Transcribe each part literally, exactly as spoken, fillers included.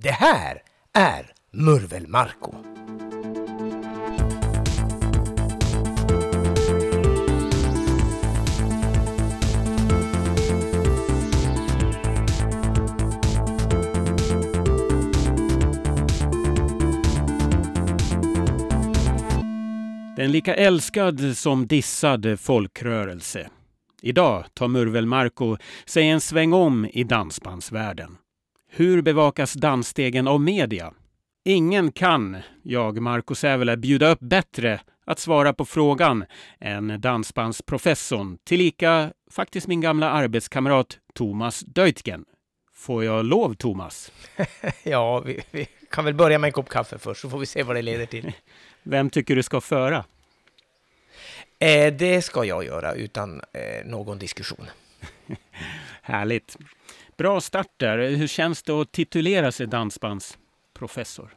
Det här är Murvel Marko. Den lika älskad som dissad folkrörelse. Idag tar Murvel Marko sig en sväng om i dansbandsvärlden. Hur bevakas dansstegen av media? Ingen kan, jag Marko Sävelä, bjuda upp bättre att svara på frågan än dansbandsprofessorn, tillika faktiskt min gamla arbetskamrat Thomas Deutgen. Får jag lov, Thomas? Ja, vi, vi kan väl börja med en kopp kaffe först, så får vi se vad det leder till. Vem tycker du ska föra? Eh, det ska jag göra utan eh, någon diskussion. Härligt. Bra start där. Hur känns det att titulera sig dansbandsprofessor?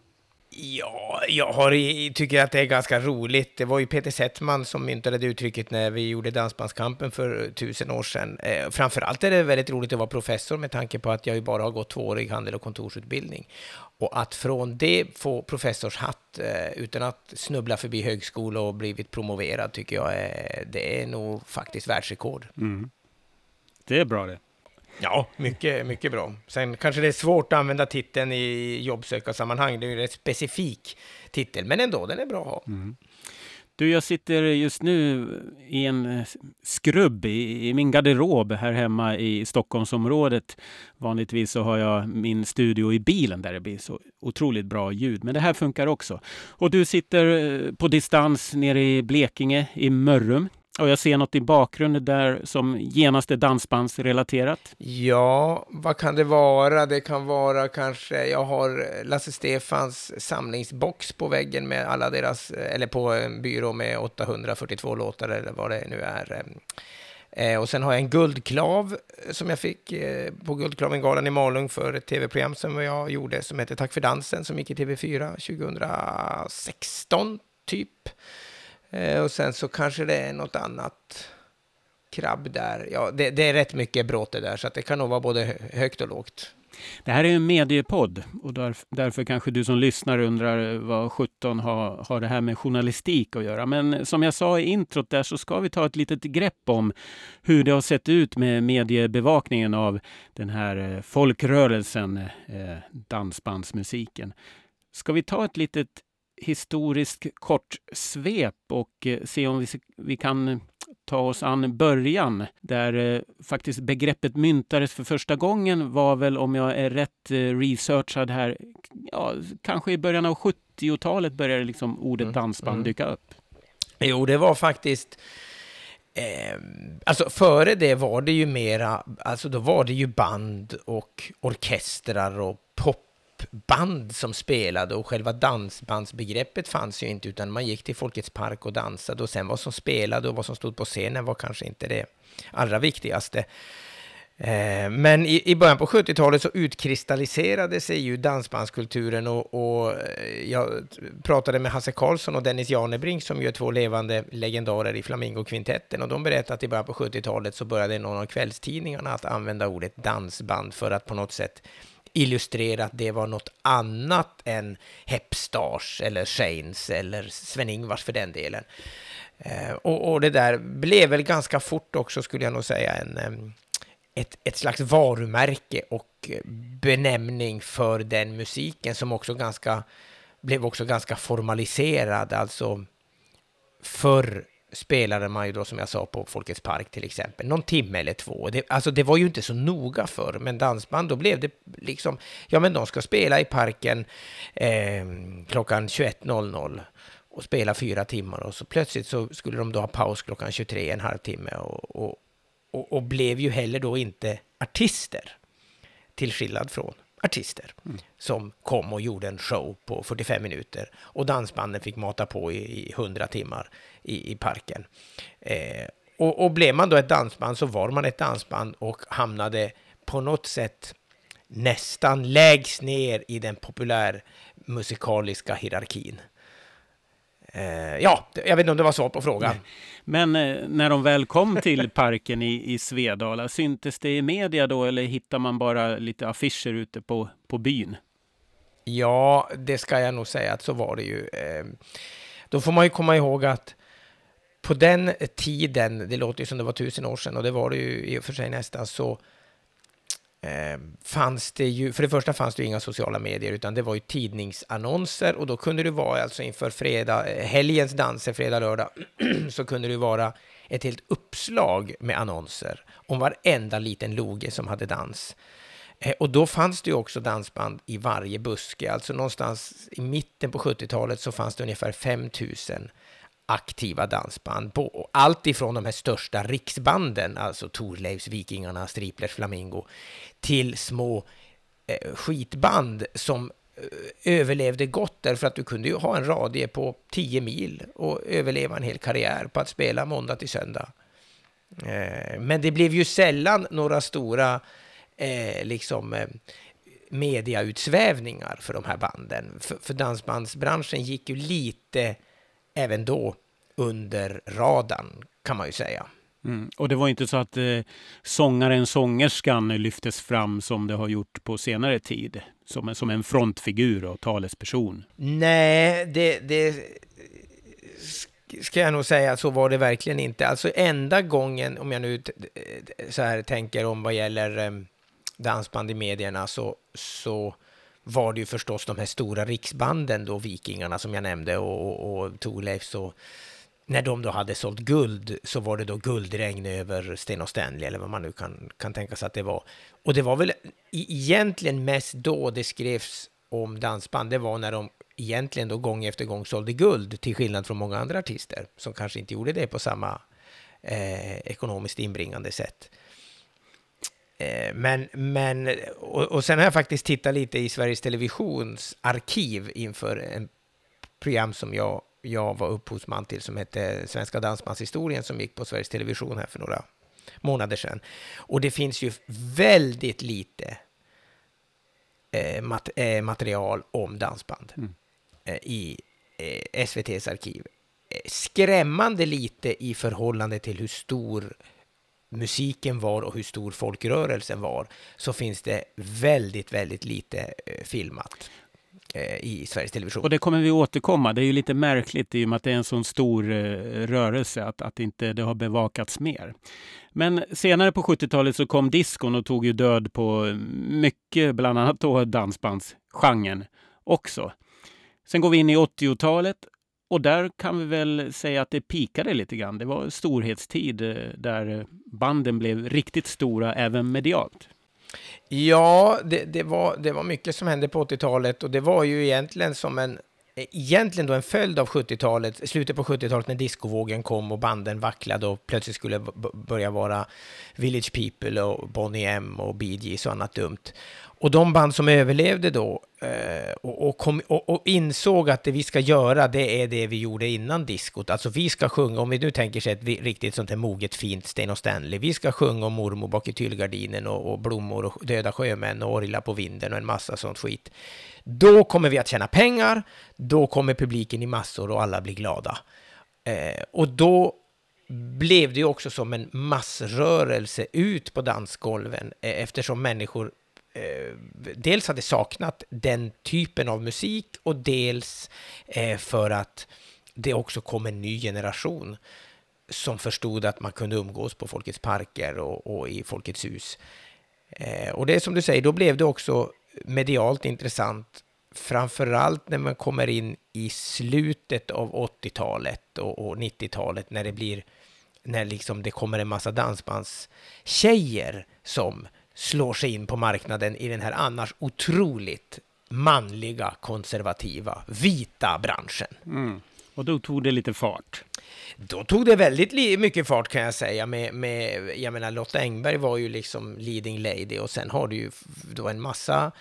Ja, jag har, tycker att det är ganska roligt. Det var ju Peter Settman som myntade det uttrycket när vi gjorde Dansbandskampen för tusen år sedan. Eh, framförallt är det väldigt roligt att vara professor med tanke på att jag ju bara har gått tvåårig handel- och kontorsutbildning. Och att från det få professorshatt eh, utan att snubbla förbi högskola och blivit promoverad tycker jag är, det är nog faktiskt världsrekord. Mm. Det är bra det. Ja, mycket, mycket bra. Sen kanske det är svårt att använda titeln i jobbsökarsammanhang. Det är ju en rätt specifik titel, men ändå, den är bra att ha. Mm. Du, jag sitter just nu i en skrubb i, i min garderob här hemma i Stockholmsområdet. Vanligtvis så har jag min studio i bilen där det blir så otroligt bra ljud. Men det här funkar också. Och du sitter på distans nere i Blekinge i Mörrum. Och jag ser något i bakgrunden där som genast är dansbandsrelaterat. Ja, vad kan det vara? Det kan vara kanske, jag har Lasse Stefans samlingsbox på väggen med alla deras, eller på en byrå med åttahundrafyrtiotvå låtar eller vad det nu är. Eh, och sen har jag en guldklav som jag fick eh, på Guldklavengalan i Malung för ett tv-program som jag gjorde som heter Tack för dansen som gick i T V fyra tjugohundrasexton typ. Eh, och sen så kanske det är något annat krabb där. Ja, det, det är rätt mycket bråte där så att det kan nog vara både högt och lågt. Det här är en mediepodd och därför, därför kanske du som lyssnar undrar vad sjutton har, har det här med journalistik att göra. Men som jag sa i introt där så ska vi ta ett litet grepp om hur det har sett ut med mediebevakningen av den här folkrörelsen, eh, dansbandsmusiken. Ska vi ta ett litet historiskt kort svep och eh, se om vi, vi kan ta oss an början där eh, faktiskt begreppet myntades för första gången var väl, om jag är rätt eh, researchad här, ja, kanske i början av sjuttiotalet började liksom ordet Mm. dansband Mm. dyka upp. Jo, det var faktiskt eh, alltså före det var det ju mera, alltså då var det ju band och orkestrar och pop band som spelade och själva dansbandsbegreppet fanns ju inte utan man gick till Folkets park och dansade och sen vad som spelade och vad som stod på scenen var kanske inte det allra viktigaste. Eh, men i, i början på sjuttiotalet så utkristalliserade sig ju dansbandskulturen och, och jag pratade med Hasse Karlsson och Dennis Janebrink som ju är två levande legendarer i Flamingo-kvintetten och de berättade att i början på sjuttiotalet så började någon av kvällstidningarna att använda ordet dansband för att på något sätt illustrera att det var något annat än Hepstars eller Shanes eller Sven-Ingvars för den delen. Eh, och, och det där blev väl ganska fort också skulle jag nog säga en, em, ett, ett slags varumärke och benämning för den musiken som också ganska blev också ganska formaliserad. Alltså förr spelade man ju då som jag sa på Folkets park till exempel någon timme eller två. Det, alltså det var ju inte så noga för men dansband då blev det liksom ja men de ska spela i parken eh, klockan tjugoett noll noll och spela fyra timmar och så plötsligt så skulle de då ha paus klockan tjugotre en halvtimme och, och, och, och blev ju heller då inte artister till skillnad från artister mm. som kom och gjorde en show på fyrtiofem minuter och dansbanden fick mata på i, i hundra timmar i, i parken. Eh, och, och blev man då ett dansband så var man ett dansband och hamnade på något sätt nästan lägst ner i den populär musikaliska hierarkin. Eh, ja, jag vet inte om det var svar på frågan. Men eh, när de väl kom till parken i, i Svedala, syntes det i media då eller hittar man bara lite affischer ute på, på byn? Ja, det ska jag nog säga att så var det ju. Eh, då får man ju komma ihåg att på den tiden, det låter ju som det var tusen år sedan och det var det ju i och för sig nästan, så eh, fanns det ju, för det första fanns det ju inga sociala medier utan det var ju tidningsannonser och då kunde det vara alltså inför fredag, helgens danser, fredag, lördag, så kunde det vara ett helt uppslag med annonser om varenda liten loge som hade dans. Eh, och då fanns det ju också dansband i varje buske, alltså någonstans i mitten på sjuttiotalet så fanns det ungefär fem tusen aktiva dansband på allt ifrån de här största riksbanden, alltså Thorleifs, Vikingarna, Striplers, Flamingo, till små eh, skitband som eh, överlevde gott därför att du kunde ju ha en radie på tio mil och överleva en hel karriär på att spela måndag till söndag. Eh, men det blev ju sällan några stora eh, liksom eh, mediautsvävningar för de här banden. För, för dansbandsbranschen gick ju lite även då under radarn, kan man ju säga. Mm. Och det var inte så att eh, sångaren, sångerskan lyftes fram som det har gjort på senare tid. Som, som en frontfigur och talesperson. Nej, det, det ska jag nog säga, så var det verkligen inte. Alltså enda gången, om jag nu så här tänker om vad gäller eh, dansband i medierna, så, så var det ju förstås de här stora riksbanden då, Vikingarna som jag nämnde och, och, och Thorleifs, och när de då hade sålt guld så var det då guldregn över Sten och Stanley eller vad man nu kan, kan tänka sig att det var. Och det var väl egentligen mest då det skrevs om dansband, det var när de egentligen då gång efter gång sålde guld, till skillnad från många andra artister som kanske inte gjorde det på samma eh, ekonomiskt inbringande sätt. Men, men och, och sen har jag faktiskt tittat lite i Sveriges Televisions arkiv inför en program som jag, jag var upphovsman till som hette Svenska dansbandshistorien, som gick på Sveriges Television här för några månader sedan. Och det finns ju väldigt lite eh, mat, eh, material om dansband mm. eh, i eh, S V T:s arkiv. Eh, skrämmande lite i förhållande till hur stor musiken var och hur stor folkrörelsen var, så finns det väldigt, väldigt lite eh, filmat eh, i Sveriges Television. Och det kommer vi återkomma. Det är ju lite märkligt i och med att det är en sån stor eh, rörelse att, att inte det har bevakats mer. Men senare på sjuttiotalet så kom diskon och tog ju död på mycket, bland annat då dansbandsgenren också. Sen går vi in i åttiotalet. Och där kan vi väl säga att det pikade lite grann. Det var storhetstid där banden blev riktigt stora även medialt. Ja, det, det, var, det var mycket som hände på åttiotalet och det var ju egentligen som en egentligen då en följd av sjuttiotalet, slutet på sjuttiotalet när discovågen kom och banden vacklade och plötsligt skulle b- börja vara Village People och Boney M och Bee Gees och annat dumt. Och de band som överlevde då eh, och, och, kom, och, och insåg att det vi ska göra, det är det vi gjorde innan diskot. Alltså vi ska sjunga, om vi nu tänker sig ett riktigt sånt här moget fint Sten och Stanley, vi ska sjunga om mormor bak i tyllgardinen och, och blommor och döda sjömän och orgla på vinden och en massa sånt skit. Då kommer vi att tjäna pengar, då kommer publiken i massor och alla blir glada. Eh, och då blev det ju också som en massrörelse ut på dansgolven eh, eftersom människor eh, dels hade saknat den typen av musik och dels eh, för att det också kom en ny generation som förstod att man kunde umgås på Folkets parker och, och i Folkets hus. Eh, och det är som du säger, då blev det också medialt intressant, framförallt när man kommer in i slutet av åttiotalet och, och nittiotalet när det blir när liksom det kommer en massa dansbandstjejer som slår sig in på marknaden i den här annars otroligt manliga, konservativa, vita branschen. Mm. Och då tog det lite fart. Då tog det väldigt li- mycket fart kan jag säga. Med, med, jag menar, Lotta Engberg var ju liksom leading lady och sen har du ju då en massa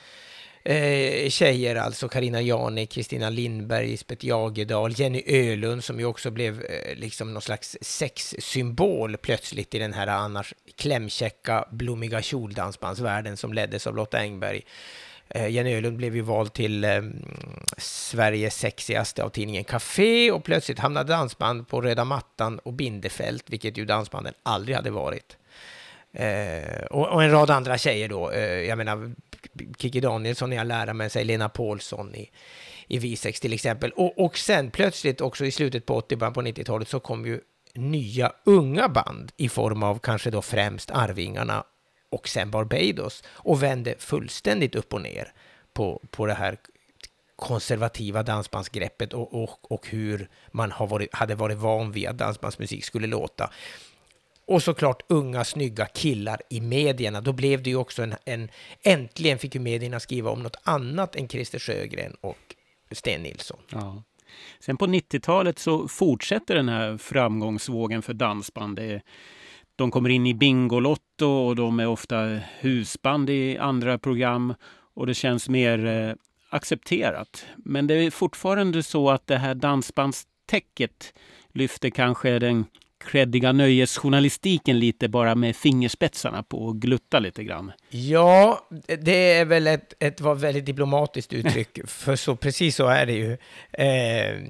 eh, tjejer, alltså Carina Jani, Kristina Lindberg, Lisbeth Jagedal, Jenny Ölund som ju också blev eh, liksom någon slags sexsymbol plötsligt i den här annars klämkäcka, blommiga kjoldansbandsvärlden som leddes av Lotta Engberg. Jenny Ölund blev ju vald till eh, Sveriges sexigaste av tidningen Café och plötsligt hamnade dansband på röda mattan och Bindefält, vilket ju dansbanden aldrig hade varit. Eh, och, och en rad andra tjejer då, eh, jag menar Kikki Danielsson i All ära, med sig Lena Paulsson i, i V sex till exempel. Och, och sen plötsligt också i slutet på åttio, början på nittiotalet så kom ju nya unga band i form av kanske då främst Arvingarna och sen Barbados och vände fullständigt upp och ner på, på det här konservativa dansbandsgreppet och, och, och hur man har varit, hade varit van vid att dansbandsmusik skulle låta. Och såklart unga, snygga killar i medierna. Då blev det ju också en, en... Äntligen fick ju medierna skriva om något annat än Christer Sjögren och Sten Nilsson. Ja. Sen på nittiotalet så fortsätter den här framgångsvågen för dansband. Det är, de kommer in i Bingolotto och de är ofta husband i andra program. Och det känns mer eh, accepterat. Men det är fortfarande så att det här dansbandstäcket lyfter kanske den kreddiga nöjesjournalistiken lite bara med fingerspetsarna på och glutta lite grann. Ja, det är väl ett, ett var väldigt diplomatiskt uttryck, för så precis så är det ju. Eh,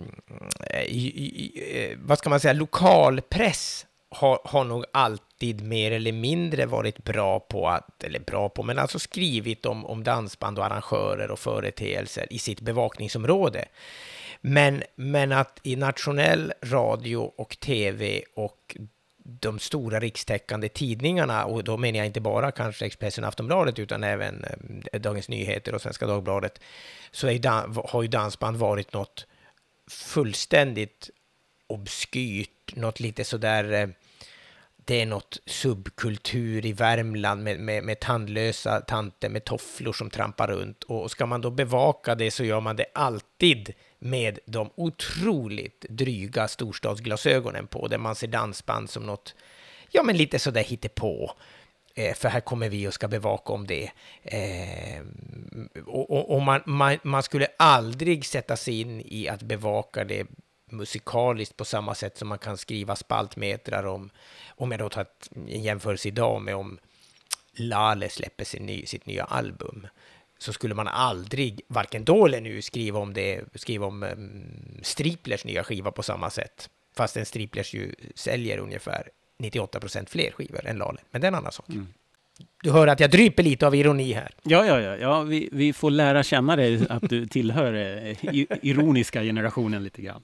i, i, vad ska man säga, lokalpress har, har nog alltid mer eller mindre varit bra på att, eller bra på, men alltså skrivit om, om dansband och arrangörer och företeelser i sitt bevakningsområde. Men, men att i nationell radio och tv och de stora rikstäckande tidningarna, och då menar jag inte bara kanske Expressen och Aftonbladet utan även eh, Dagens Nyheter och Svenska Dagbladet, så är dan- har ju dansband varit något fullständigt obskyrt, något lite sådär, eh, det är något subkultur i Värmland med, med, med tandlösa tanter med tofflor som trampar runt, och ska man då bevaka det så gör man det alltid med de otroligt dryga storstadsglasögonen på, där man ser dansband som något, ja men lite sådär hittepå, eh, för här kommer vi och ska bevaka om det. Eh, och och, och man, man, man skulle aldrig sätta sig in i att bevaka det musikaliskt på samma sätt som man kan skriva spaltmetrar om, om jag då tar ett, en jämförelse idag med om Lale släpper sin ny, sitt nya album, så skulle man aldrig, varken då eller nu, skriva om det, skriva om um, Striplers nya skiva på samma sätt. Fast en Striplers ju säljer ungefär nittioåtta procent fler skivor än Lale. Men det är en annan sak. Mm. Du hör att jag dryper lite av ironi här. Ja, ja, ja. ja vi, vi får lära känna dig att du tillhör eh, ironiska generationen lite grann.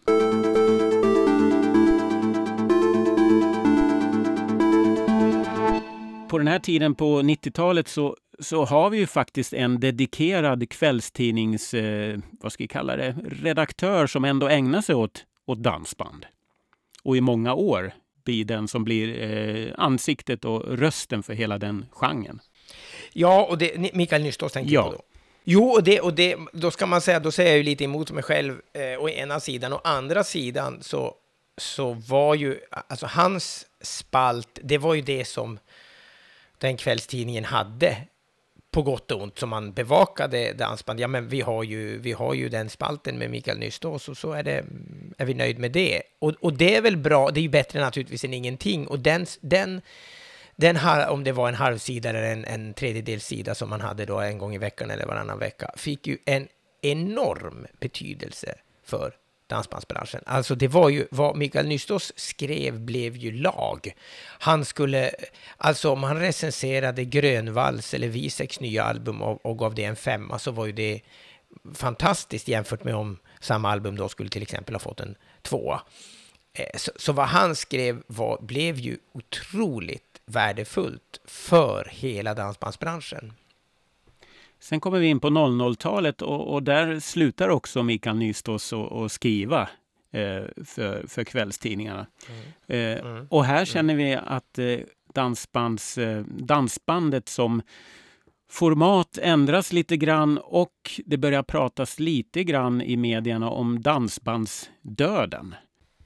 På den här tiden på nittiotalet så så har vi ju faktiskt en dedikerad kvällstidnings, eh, vad ska vi kalla det, redaktör som ändå ägnar sig åt, åt dansband. Och i många år blir den som blir eh, ansiktet och rösten för hela den genren. Ja, och det, Mikael Nystås tänker jag ja. på då. Jo, och, det, och det, då ska man säga, då säger jag ju lite emot mig själv eh, å ena sidan. Å andra sidan så, så var ju, alltså hans spalt, det var ju det som den kvällstidningen hade, på gott och ont, som man bevakade dansband. Ja, men vi har ju, vi har ju den spalten med Mikael Nystås, och så är, det, är vi nöjd med det. Och, och det är väl bra, det är ju bättre naturligtvis än ingenting. Och den, den, den om det var en halvsida eller en, en tredjedelssida som man hade då en gång i veckan eller varannan vecka, fick ju en enorm betydelse för dansbandsbranschen. Alltså det var ju, vad Mikael Nystås skrev blev ju lag. Han skulle, alltså om han recenserade Grönvalls eller V sex nya album och, och gav det en femma, så var ju det fantastiskt jämfört med om samma album då skulle till exempel ha fått en tvåa. Så, så vad han skrev var, blev ju otroligt värdefullt för hela dansbandsbranschen. Sen kommer vi in på noll noll-talet och, och där slutar också Mikael Nystås att skriva eh, för, för kvällstidningarna. Mm. Eh, mm. Och här känner vi att eh, dansbands, eh, dansbandet som format ändras lite grann, och det börjar pratas lite grann i medierna om dansbandsdöden.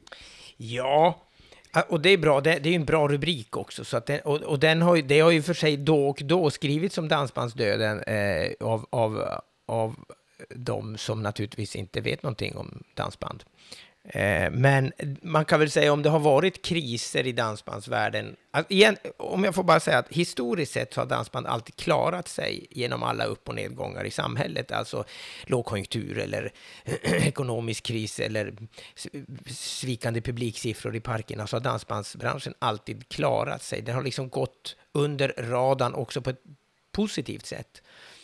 Ja, och det är bra. Det, det är en bra rubrik också. Så att den, och, och den har ju, det har ju för sig då och då skrivits om dansbandsdöden eh, av, av, av de som naturligtvis inte vet någonting om dansband. Eh, men man kan väl säga, om det har varit kriser i dansbandsvärlden, alltså igen, om jag får bara säga att historiskt sett så har dansband alltid klarat sig genom alla upp- och nedgångar i samhället, alltså lågkonjunktur eller ekonomisk kris eller svikande publiksiffror i parkerna, så har dansbandsbranschen alltid klarat sig. Den har liksom gått under radarn också på ett positivt sätt.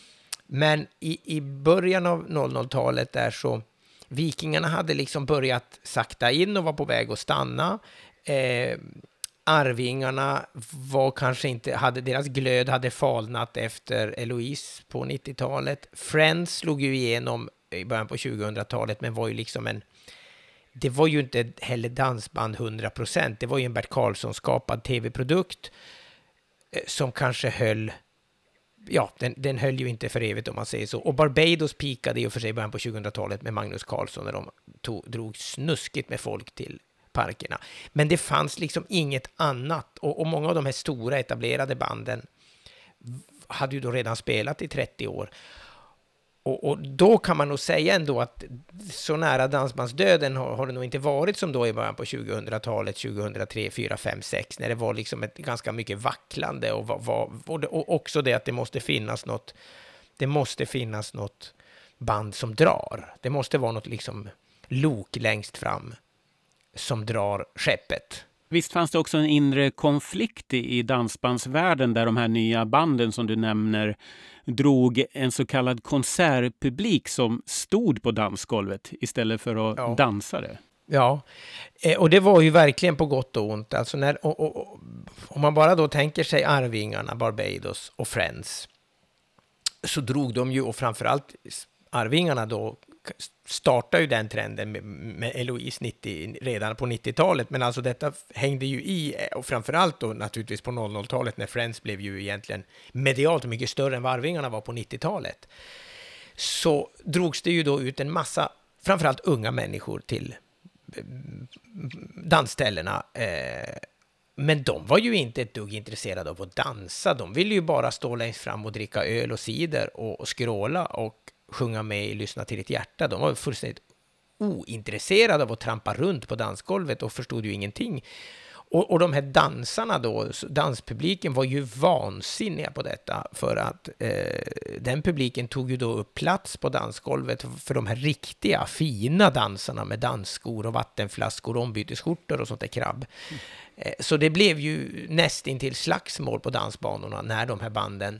Men i, i början av noll noll-talet där så Vikingarna hade liksom börjat sakta in och var på väg att stanna. Eh, Arvingarna var kanske inte, hade, deras glöd hade falnat efter Eloise på nittiotalet. Friends slog ju igenom i början på tjugohundratalet, men var ju liksom en, det var ju inte heller dansband hundra procent. Det var ju en Bert Karlsson-skapad tv-produkt eh, som kanske höll, ja, den, den höll ju inte för evigt om man säger så. Och Barbados pikade i och för sig i början på tjugohundratalet med Magnus Carlsson när de tog, drog snuskigt med folk till parkerna. Men det fanns liksom inget annat. Och, och många av de här stora etablerade banden hade ju då redan spelat i trettio år. Och, och då kan man nog säga ändå att så nära dansbandsdöden har, har det nog inte varit som då i början på tjugohundratalet, tjugohundratre, fyra, fem, sex, när det var liksom ett ganska mycket vacklande och, var, var, och, det, och också det att det måste finnas något, det måste finnas något band som drar. Det måste vara något liksom lok längst fram som drar skeppet. Visst fanns det också en inre konflikt i dansbandsvärlden där de här nya banden som du nämner drog en så kallad konsertpublik som stod på dansgolvet istället för att ja. dansa det. Ja, och det var ju verkligen på gott och ont. Alltså när, och, och, och, om man bara då tänker sig Arvingarna, Barbados och Friends, så drog de ju, och framförallt Arvingarna då, startade ju den trenden med, med Eloise nittio, redan på nittiotalet, men alltså detta hängde ju i, och framförallt då naturligtvis på noll noll-talet när Friends blev ju egentligen medialt mycket större än vad Arvingarna var på nittiotalet, så drogs det ju då ut en massa, framförallt unga människor till dansställena, eh, men de var ju inte ett dugg intresserade av att dansa, de ville ju bara stå längst fram och dricka öl och cider och, och skråla och sjunga med i Lyssna till ditt hjärta. De var fullständigt ointresserade av att trampa runt på dansgolvet och förstod ju ingenting. Och, och de här dansarna då, danspubliken var ju vansinniga på detta, för att eh, den publiken tog ju då upp plats på dansgolvet för de här riktiga, fina dansarna med dansskor och vattenflaskor och ombytesskjortor och sånt där krabb. Mm. Eh, så det blev ju nästintill slagsmål på dansbanorna när de här banden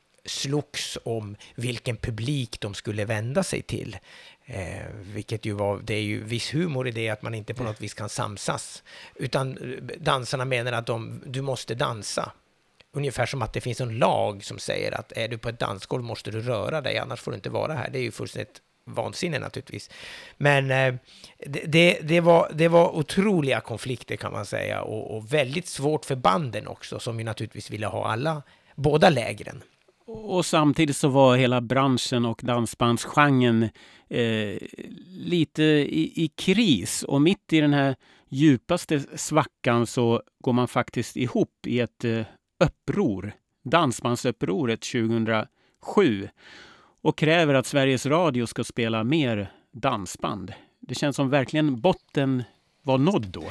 slogs om vilken publik de skulle vända sig till. Eh, vilket ju var, det är ju viss humor i det att man inte på något vis kan samsas. Utan dansarna menar att de, du måste dansa. Ungefär som att det finns en lag som säger att är du på ett dansgolv måste du röra dig, annars får du inte vara här. Det är ju fullständigt vansinne naturligtvis. Men eh, det, det, det, var, det var otroliga konflikter kan man säga. Och, och väldigt svårt för banden också, som ju naturligtvis ville ha alla, båda lägren. Och samtidigt så var hela branschen och dansbandsgenren eh, lite i, i kris. Och mitt i den här djupaste svackan så går man faktiskt ihop i ett eh, uppror, dansbandsupproret tjugohundrasju, och kräver att Sveriges Radio ska spela mer dansband. Det känns som verkligen botten var nådd då.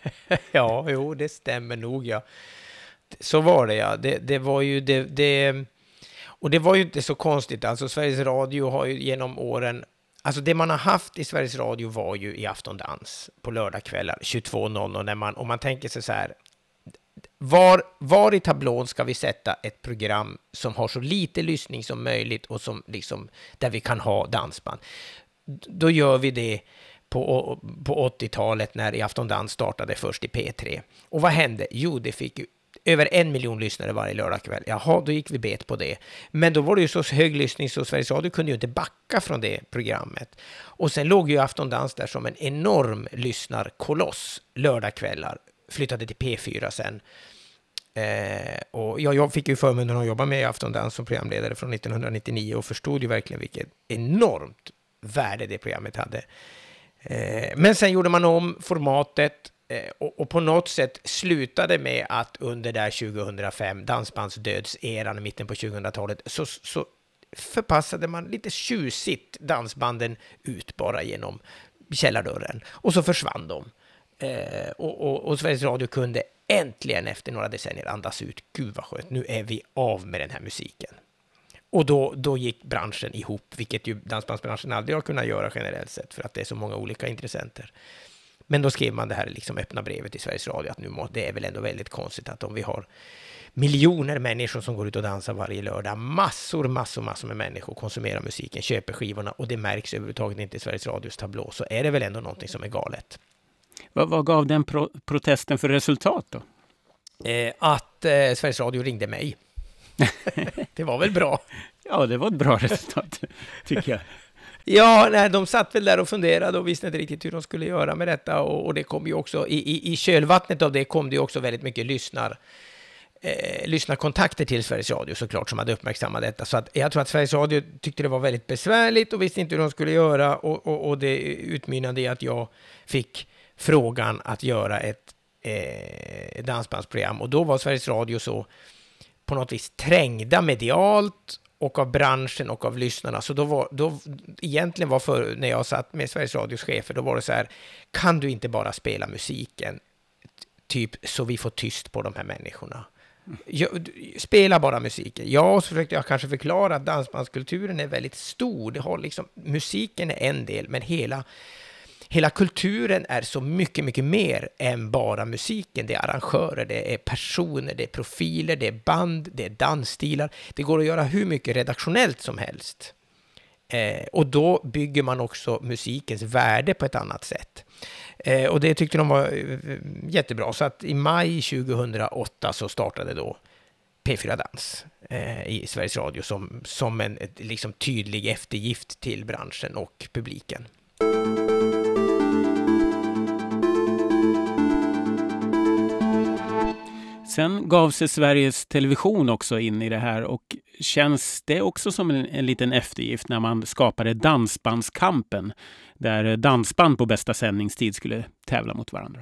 Ja, jo, det stämmer nog, ja. Så var det, ja. Det, det var ju det... det... Och det var ju inte så konstigt, alltså Sveriges Radio har ju genom åren, alltså det man har haft i Sveriges Radio var ju i aftondans på lördagskvällar tjugotvå noll noll, när man, om man tänker sig så här, var, var i tablån ska vi sätta ett program som har så lite lyssning som möjligt och som liksom, där vi kan ha dansband. Då gör vi det på, på åttiotalet när i aftondans startade först i P tre. Och vad hände? Jo, det fick ju över en miljon lyssnare varje lördagkväll. Jaha, då gick vi bet på det. Men då var det ju så hög lyssning så Sveriges Radio kunde ju inte backa från det programmet. Och sen låg ju aftondans där som en enorm lyssnarkoloss lördagkvällar. Flyttade till P fyra sen. Eh, och jag, jag fick ju förmånen att jobba med aftondans som programledare från nittonhundranittionio och förstod ju verkligen vilket enormt värde det programmet hade. Eh, men sen gjorde man om formatet. Och, och på något sätt slutade med att under där tjugohundrafem, dansbandsdödseran i mitten på tjugohundratalet, så, så förpassade man lite tjusigt dansbanden ut bara genom källardörren. Och så försvann de. Eh, och, och, och Sveriges Radio kunde äntligen efter några decennier andas ut. Gud vad skönt, nu är vi av med den här musiken. Och då, då gick branschen ihop, vilket ju dansbandsbranschen aldrig har kunnat göra generellt sett, för att det är så många olika intressenter Men då skrev man det här liksom öppna brevet till Sveriges Radio att nu må, det är väl ändå väldigt konstigt att om vi har miljoner människor som går ut och dansar varje lördag, massor, massor, massor med människor konsumerar musiken, köper skivorna och det märks överhuvudtaget inte i Sveriges Radios tablå, så är det väl ändå någonting som är galet. Vad, vad gav den pro- protesten för resultat då? Eh, att eh, Sveriges Radio ringde mig. Det var väl bra. Ja, det var ett bra resultat, tycker jag. Ja, nej, de satt väl där och funderade och visste inte riktigt hur de skulle göra med detta. Och, och det kom ju också, i, i, i kölvattnet av det kom det ju också väldigt mycket lyssnar, eh, lyssnarkontakter till Sveriges Radio såklart som hade uppmärksammat detta. Så att jag tror att Sveriges Radio tyckte det var väldigt besvärligt och visste inte hur de skulle göra. Och, och, och det utmynnade i att jag fick frågan att göra ett eh, dansbandsprogram. Och då var Sveriges Radio så på något vis trängda medialt och av branschen och av lyssnarna. Så då var, då, egentligen var för, när jag satt med Sveriges Radios chefer, då var det så här, kan du inte bara spela musiken? Typ, så vi får tyst på de här människorna. Jag, spela bara musiken. Ja, och så försökte jag kanske förklara att dansbandskulturen är väldigt stor. Det har liksom, musiken är en del, men hela Hela kulturen är så mycket, mycket mer än bara musiken. Det är arrangörer, det är personer, det är profiler, det är band, det är dansstilar. Det går att göra hur mycket redaktionellt som helst. Eh, och då bygger man också musikens värde på ett annat sätt. Eh, och det tyckte de var eh, jättebra. Så att i maj tjugohundraåtta så startade då P fyra Dans eh, i Sveriges Radio som, som en ett, liksom tydlig eftergift till branschen och publiken. Sen gav sig Sveriges Television också in i det här och känns det också som en, en liten eftergift när man skapade Dansbandskampen där dansband på bästa sändningstid skulle tävla mot varandra?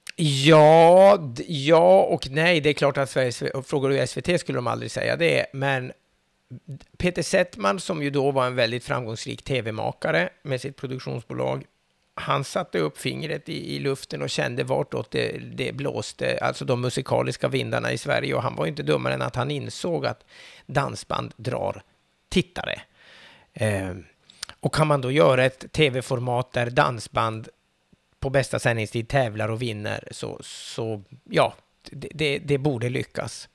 Ja, d- ja och nej. Det är klart att Sveriges, frågar du S V T skulle de aldrig säga det, men Peter Settman som ju då var en väldigt framgångsrik tv-makare med sitt produktionsbolag, han satte upp fingret i, i luften och kände vartåt det, det blåste, alltså de musikaliska vindarna i Sverige. Och han var inte dummare än att han insåg att dansband drar tittare. Eh, och kan man då göra ett tv-format där dansband på bästa sändningstid tävlar och vinner, så, så ja, det, det, det borde lyckas.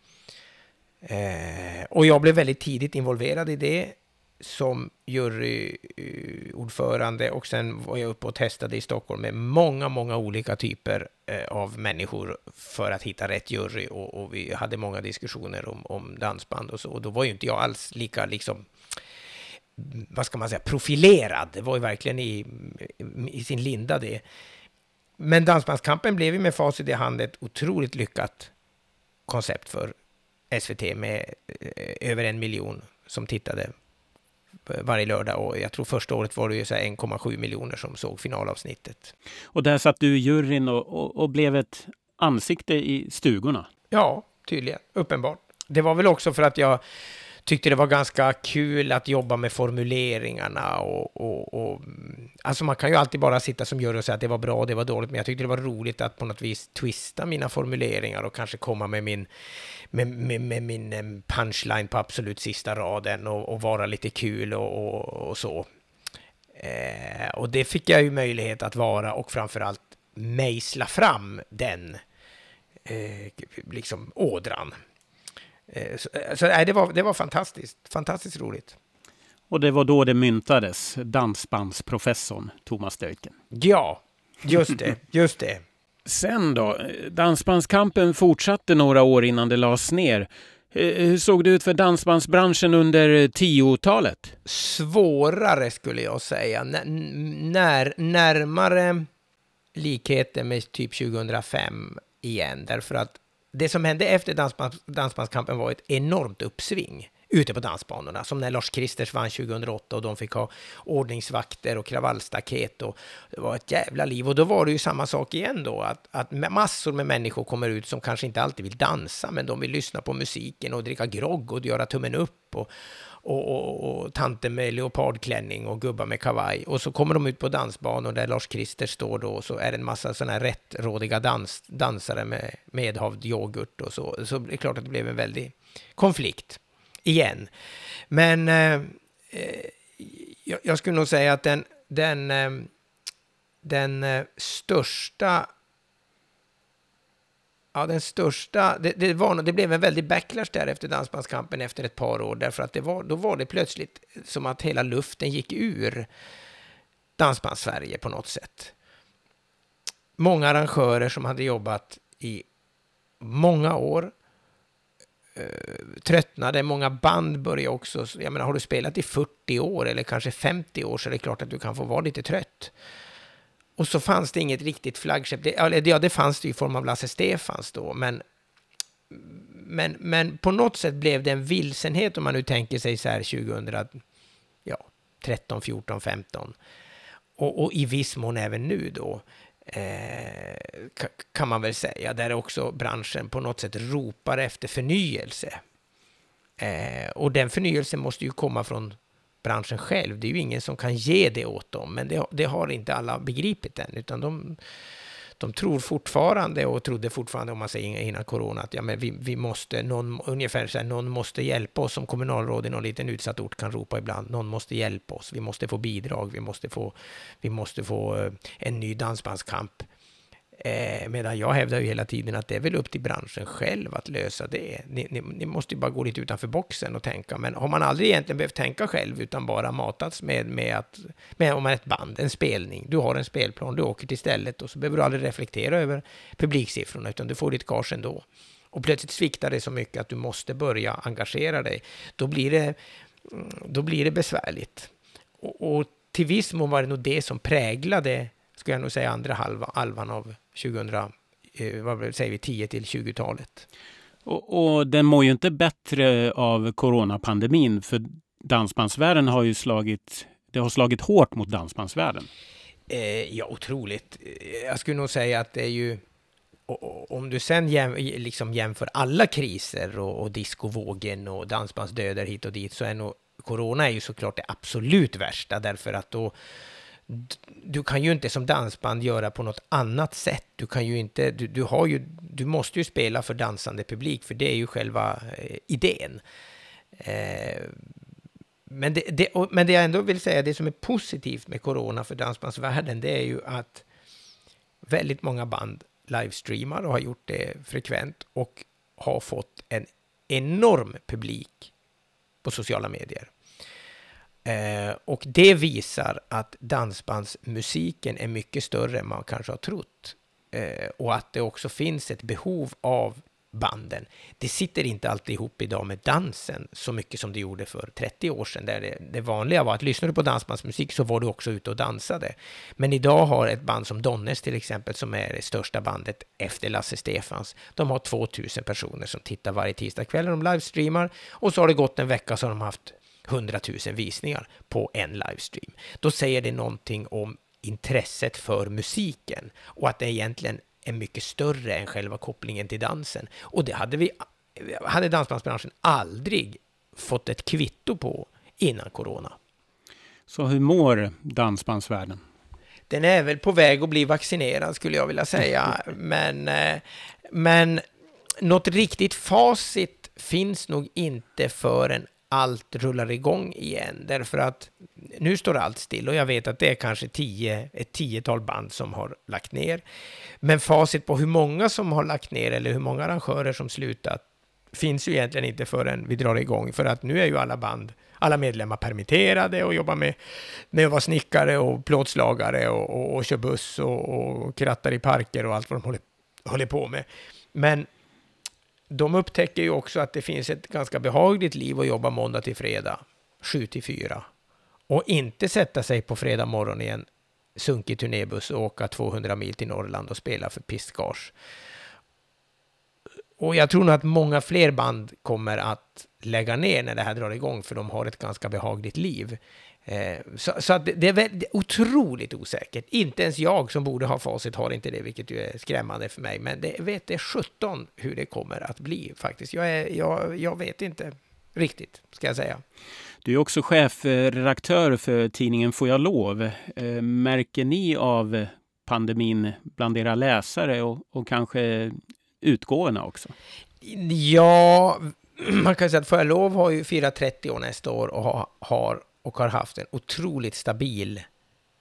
Eh, och jag blev väldigt tidigt involverad i det som juryordförande, och sen var jag uppe och testade i Stockholm med många, många olika typer eh, av människor för att hitta rätt jury, och, och vi hade många diskussioner om, om dansband och så, och då var ju inte jag alls lika liksom, vad ska man säga, profilerad. Det var ju verkligen i, i sin linda det. Men Dansbandskampen blev ju med facit i hand ett otroligt lyckat koncept för S V T med eh, över en miljon som tittade varje lördag, och jag tror första året var det ju så en komma sju miljoner som såg finalavsnittet. Och där satt du i juryn och, och, och blev ett ansikte i stugorna. Ja, tydligen, uppenbart. Det var väl också för att jag tyckte det var ganska kul att jobba med formuleringarna och, och, och alltså man kan ju alltid bara sitta som jury och säga att det var bra och det var dåligt, men jag tyckte det var roligt att på något vis twista mina formuleringar och kanske komma med min med, med, med min punchline på absolut sista raden och, och vara lite kul och, och, och så. Eh, och det fick jag ju möjlighet att vara, och framförallt mejsla fram den eh, liksom ådran. Så, så nej, det var, det var fantastiskt, fantastiskt roligt. Och det var då det myntades, dansbandsprofessorn Thomas Deutgen. Ja, just det, just det. Sen då, Dansbandskampen fortsatte några år innan det lades ner. Hur såg det ut för dansbandsbranschen under tiotalet? Svårare skulle jag säga. N- när, närmare likheter med typ tjugohundrafem igen, därför att det som hände efter dansbands, Dansbandskampen var ett enormt uppsving ute på dansbanorna, som när Lars Kristers vann tjugohundraåtta och de fick ha ordningsvakter och kravallstaket, och det var ett jävla liv. Och då var det ju samma sak igen då, att, att massor med människor kommer ut som kanske inte alltid vill dansa, men de vill lyssna på musiken och dricka grogg och göra tummen upp, och, och, och, och tanter med leopardklänning och gubbar med kavaj, och så kommer de ut på dansbanor där Lars Krister står då, och så är det en massa sådana här rättrådiga dans, dansare med medhavd yoghurt, och så, så det är klart att det blev en väldig konflikt igen. Men eh, jag, jag skulle nog säga att den, den, eh, den eh, största Ja, den största, det, det, var, det blev en väldig backlash där efter Dansbandskampen efter ett par år, därför att det var, då var det plötsligt som att hela luften gick ur Dansbandssverige på något sätt. Många arrangörer som hade jobbat i många år eh, tröttnade, många band började också, jag menar, har du spelat i fyrtio år eller kanske femtio år så är det klart att du kan få vara lite trött. Och så fanns det inget riktigt flaggskepp. Det, ja, det fanns det i form av Lasse Stefans då. Men, men, men på något sätt blev det en vilsenhet om man nu tänker sig så här tjugotretton, fjorton, femton. Och, och i viss mån även nu då. Eh, kan man väl säga. Där också branschen på något sätt ropar efter förnyelse. Eh, och den förnyelsen måste ju komma från branschen själv. Det är ju ingen som kan ge det åt dem, men det, det har inte alla begripit än, utan de, de tror fortfarande och trodde fortfarande, om man säger innan corona, att ja, men vi, vi måste, någon, ungefär så här, någon måste hjälpa oss, som kommunalråd i någon liten utsatt ort kan ropa ibland, någon måste hjälpa oss, vi måste få bidrag, vi måste få, vi måste få en ny dansbandskamp. Eh, medan jag hävdar ju hela tiden att det är väl upp till branschen själv att lösa det. Ni, ni, ni måste ju bara gå lite utanför boxen och tänka. Men har man aldrig egentligen behövt tänka själv utan bara matats med, med att med om ett band, en spelning. Du har en spelplan, du åker till stället och så behöver du aldrig reflektera över publiksiffrorna, utan du får ditt gage ändå. Och plötsligt sviktar det så mycket att du måste börja engagera dig. Då blir det, då blir det besvärligt. Och, och till viss mån var det nog det som präglade, ska jag nog säga, andra halva, halvan av tjugohundra, eh, vad säger vi, tio till tjugotalet. Och, och den mår ju inte bättre av coronapandemin, för dansbandsvärlden har ju slagit, det har slagit hårt mot dansbandsvärlden. Eh, ja, otroligt. Jag skulle nog säga att det är ju, och, och, om du sen jäm, liksom jämför alla kriser och, och discovågen och dansbandsdöder hit och dit, så är nog corona är ju såklart det absolut värsta, därför att då du kan ju inte som dansband göra på något annat sätt. Du kan ju inte, du, du har ju, du måste ju spela för dansande publik, för det är ju själva eh, idén. Eh, men, det, det, och, men det jag ändå vill säga, det som är positivt med corona för dansbandsvärlden, det är ju att väldigt många band livestreamar och har gjort det frekvent och har fått en enorm publik på sociala medier. Eh, och det visar att dansbandsmusiken är mycket större än man kanske har trott. Eh, och att det också finns ett behov av banden. Det sitter inte alltid ihop idag med dansen så mycket som det gjorde för trettio år sedan. Där det, det vanliga var att lyssnar du på dansbandsmusik så var du också ute och dansade. Men idag har ett band som Donnes till exempel, som är det största bandet efter Lasse Stefans, de har tvåtusen personer som tittar varje tisdagkväll när de livestreamar, och så har det gått en vecka så har de haft hundratusen visningar på en livestream. Då säger det någonting om intresset för musiken och att det egentligen är mycket större än själva kopplingen till dansen. Och det hade vi hade dansbandsbranschen aldrig fått ett kvitto på innan corona. Så hur mår dansbandsvärlden? Den är väl på väg att bli vaccinerad, skulle jag vilja säga. men, men något riktigt facit finns nog inte förrän allt rullar igång igen, därför att nu står allt still och jag vet att det är kanske tio, ett tiotal band som har lagt ner. Men facit på hur många som har lagt ner eller hur många arrangörer som slutat finns ju egentligen inte förrän vi drar igång, för att nu är ju alla band, alla medlemmar permitterade och jobbar med, med att vara snickare och plåtslagare och, och, och kör buss och, och krattar i parker och allt vad de håller, håller på med. Men de upptäcker ju också att det finns ett ganska behagligt liv att jobba måndag till fredag, sju till fyra. Och inte sätta sig på fredag morgon i en sunkig turnébuss och åka tvåhundra mil till Norrland och spela för pissgage. Och jag tror nog att många fler band kommer att lägga ner när det här drar igång, för de har ett ganska behagligt liv. Eh, så så att det, det är väldigt, otroligt osäkert. Inte ens jag som borde ha facit har inte det, vilket ju är skrämmande för mig. Men det vet det sjutton hur det kommer att bli faktiskt. Jag, är, jag, jag vet inte riktigt, ska jag säga. Du är också chefredaktör för tidningen Får jag lov. Eh, märker ni av pandemin bland era läsare och, och kanske utgående också? Ja, man kan säga att Får jag lov har ju firat trettio år nästa år och har, har och har haft en otroligt stabil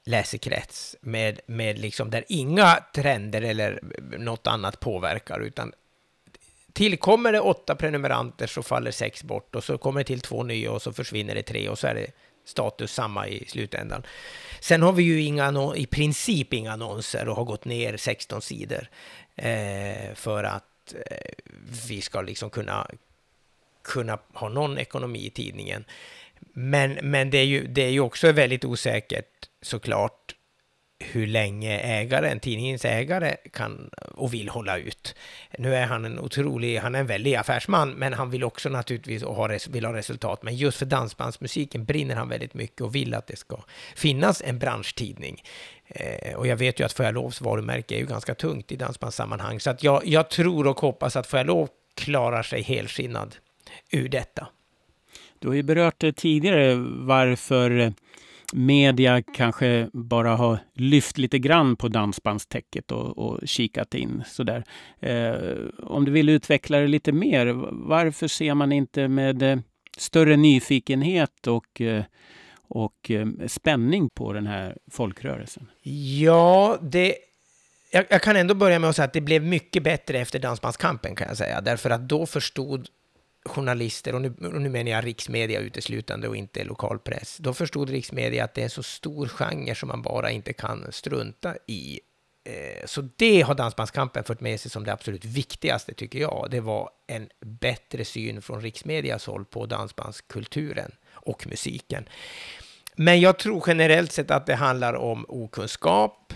läsekrets med, med liksom där inga trender eller något annat påverkar, utan tillkommer det åtta prenumeranter så faller sex bort och så kommer det till två nya och så försvinner det tre och så är det status samma i slutändan. Sen har vi ju inga, i princip inga annonser och har gått ner sexton sidor eh, för att eh, vi ska liksom kunna, kunna ha någon ekonomi i tidningen. Men, men det är ju, det är ju också väldigt osäkert såklart hur länge ägaren, tidningens ägare kan och vill hålla ut. Nu är han en otrolig, han är en väldig affärsman, men han vill också naturligtvis och ha, vill ha resultat. Men just för dansbandsmusiken brinner han väldigt mycket och vill att det ska finnas en branschtidning. Eh, och jag vet ju att Får jag lovs varumärke är ju ganska tungt i dansbandssammanhang. Så att jag, jag tror och hoppas att Får jag lov klarar sig helskinnad ur detta. Du har ju berört det tidigare varför media kanske bara har lyft lite grann på dansbandstäcket och, och kikat in sådär. Eh, om du vill utveckla det lite mer, varför ser man inte med eh, större nyfikenhet och, eh, och eh, spänning på den här folkrörelsen? Ja, det... Jag, jag kan ändå börja med att säga att det blev mycket bättre efter Dansbandskampen, kan jag säga. Därför att då förstod journalister, och nu, och nu menar jag riksmedia uteslutande och inte lokalpress, då förstod riksmedia att det är en så stor genre som man bara inte kan strunta i. Eh, så det har Dansbandskampen fört med sig som det absolut viktigaste, tycker jag. Det var en bättre syn från riksmedias håll på dansbandskulturen och musiken. Men jag tror generellt sett att det handlar om okunskap.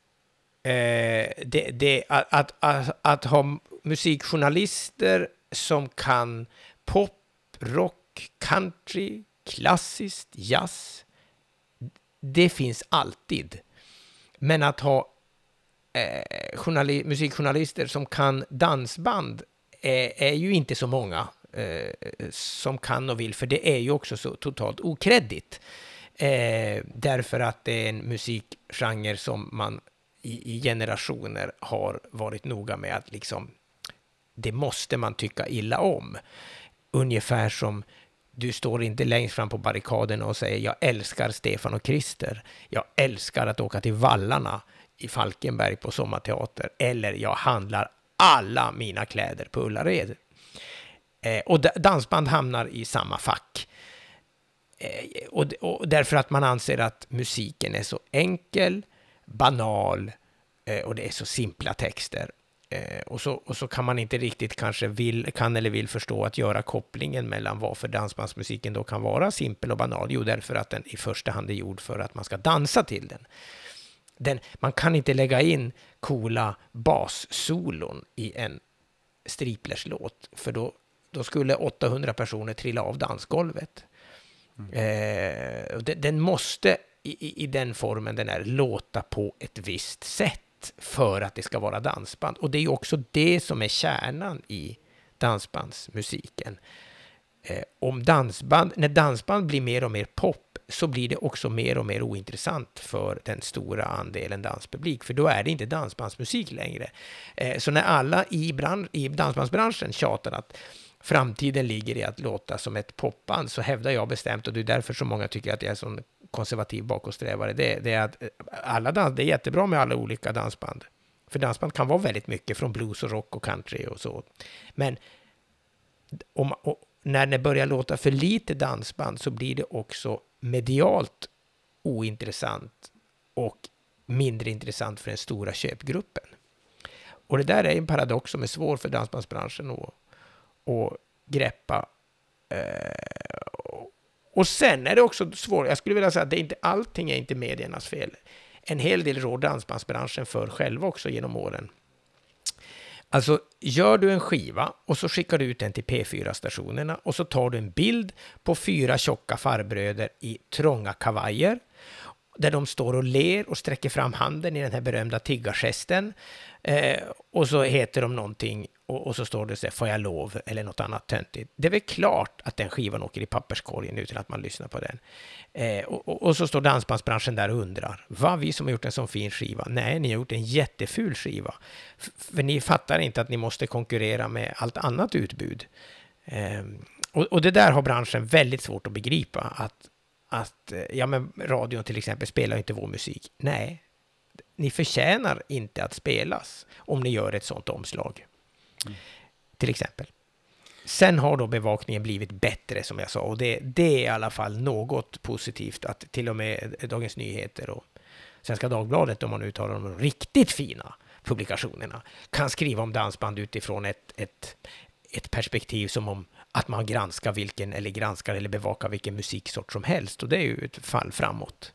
Eh, det, det, att, att, att, att ha musikjournalister som kan pop, rock, country, klassiskt, jazz. Det finns alltid. Men att ha eh, journali- musikjournalister som kan dansband är, är ju inte så många eh, som kan och vill, för det är ju också så totalt okreddigt. Eh, därför att det är en musikgenre som man i, i generationer har varit noga med att liksom det måste man tycka illa om. Ungefär som du står inte längst fram på barrikaden och säger jag älskar Stefan och Krister. Jag älskar att åka till Vallarna i Falkenberg på sommarteater. Eller jag handlar alla mina kläder på Ullared. Eh, och dansband hamnar i samma fack. Eh, och, och därför att man anser att musiken är så enkel, banal eh, och det är så simpla texter. Eh, och, så, och så kan man inte riktigt kanske vill, kan eller vill förstå att göra kopplingen mellan varför dansbandsmusiken då kan vara simpel och banal. Jo, därför att den i första hand är gjord för att man ska dansa till den. den man kan inte lägga in coola bassolon i en Striplers-låt, för då, då skulle åttahundra personer trilla av dansgolvet. Mm. Eh, den, den måste i, i, i den formen den är låta på ett visst sätt för att det ska vara dansband. Och det är ju också det som är kärnan i dansbandsmusiken. Eh, om dansband, när dansband blir mer och mer pop så blir det också mer och mer ointressant för den stora andelen danspublik. För då är det inte dansbandsmusik längre. Eh, så när alla i, brand, i dansbandsbranschen tjatar att framtiden ligger i att låta som ett popband, så hävdar jag bestämt, och det är därför så många tycker att jag är sån konservativ bakåtsträvare, det, det är att alla dans, det är jättebra med alla olika dansband. För dansband kan vara väldigt mycket från blues och rock och country och så. Men om, och när det börjar låta för lite dansband så blir det också medialt ointressant och mindre intressant för den stora köpgruppen. Och det där är en paradox som är svår för dansbandsbranschen att och greppa. Eh, och sen är det också svårt, jag skulle vilja säga att det är inte, allting är inte mediernas fel. En hel del råd dansbandsbranschen för själva också genom åren. Alltså, gör du en skiva och så skickar du ut den till P fyra-stationerna och så tar du en bild på fyra tjocka farbröder i trånga kavajer där de står och ler och sträcker fram handen i den här berömda tiggargesten. Eh, och så heter de någonting och, och så står det så här, får jag lov eller något annat töntigt. Det är väl klart att den skivan åker i papperskorgen utan att man lyssnar på den. Eh, och, och, och så står dansbandsbranschen där och undrar, vad vi som har gjort en sån fin skiva? Nej, ni har gjort en jätteful skiva. F- för ni fattar inte att ni måste konkurrera med allt annat utbud. Eh, och, och det där har branschen väldigt svårt att begripa, att att ja, men radion till exempel spelar inte vår musik. Nej, ni förtjänar inte att spelas om ni gör ett sånt omslag. Mm. Till exempel. Sen har då bevakningen blivit bättre, som jag sa, och det, det är i alla fall något positivt att till och med Dagens Nyheter och Svenska Dagbladet, om man uttalar de riktigt fina publikationerna, kan skriva om dansband utifrån ett, ett, ett perspektiv som om att man granskar vilken eller granskar eller bevakar vilken musiksort som helst, och det är ju ett fall framåt.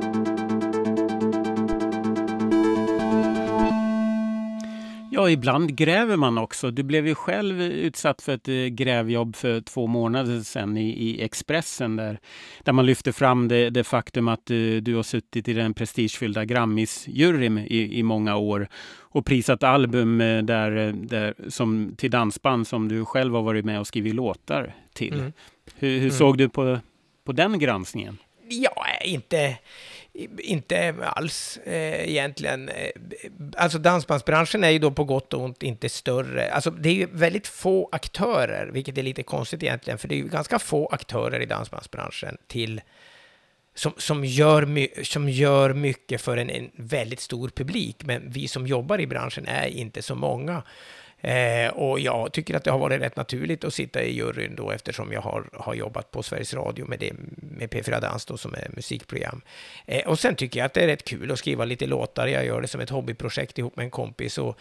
Ja, ibland gräver man också. Du blev ju själv utsatt för ett grävjobb för två månader sedan i, i Expressen där, där man lyfter fram det, det faktum att du, du har suttit i den prestigefyllda Grammis-juryn i, i många år och prisat album där, där, som, till dansband som du själv har varit med och skrivit låtar till. Mm. Hur, hur mm. såg du på, på den granskningen? Ja, inte... Inte alls eh, egentligen. Alltså dansbandsbranschen är ju då på gott och ont inte större. Alltså det är ju väldigt få aktörer, vilket är lite konstigt egentligen, för det är ju ganska få aktörer i dansbandsbranschen till, som, som, gör, my, som gör mycket för en, en väldigt stor publik. Men vi som jobbar i branschen är inte så många. Eh, och jag tycker att det har varit rätt naturligt att sitta i juryn då, eftersom jag har, har jobbat på Sveriges Radio med, det, med P fyra Dans då, som är musikprogram. Eh, och sen tycker jag att det är rätt kul att skriva lite låtar. Jag gör det som ett hobbyprojekt ihop med en kompis. Och,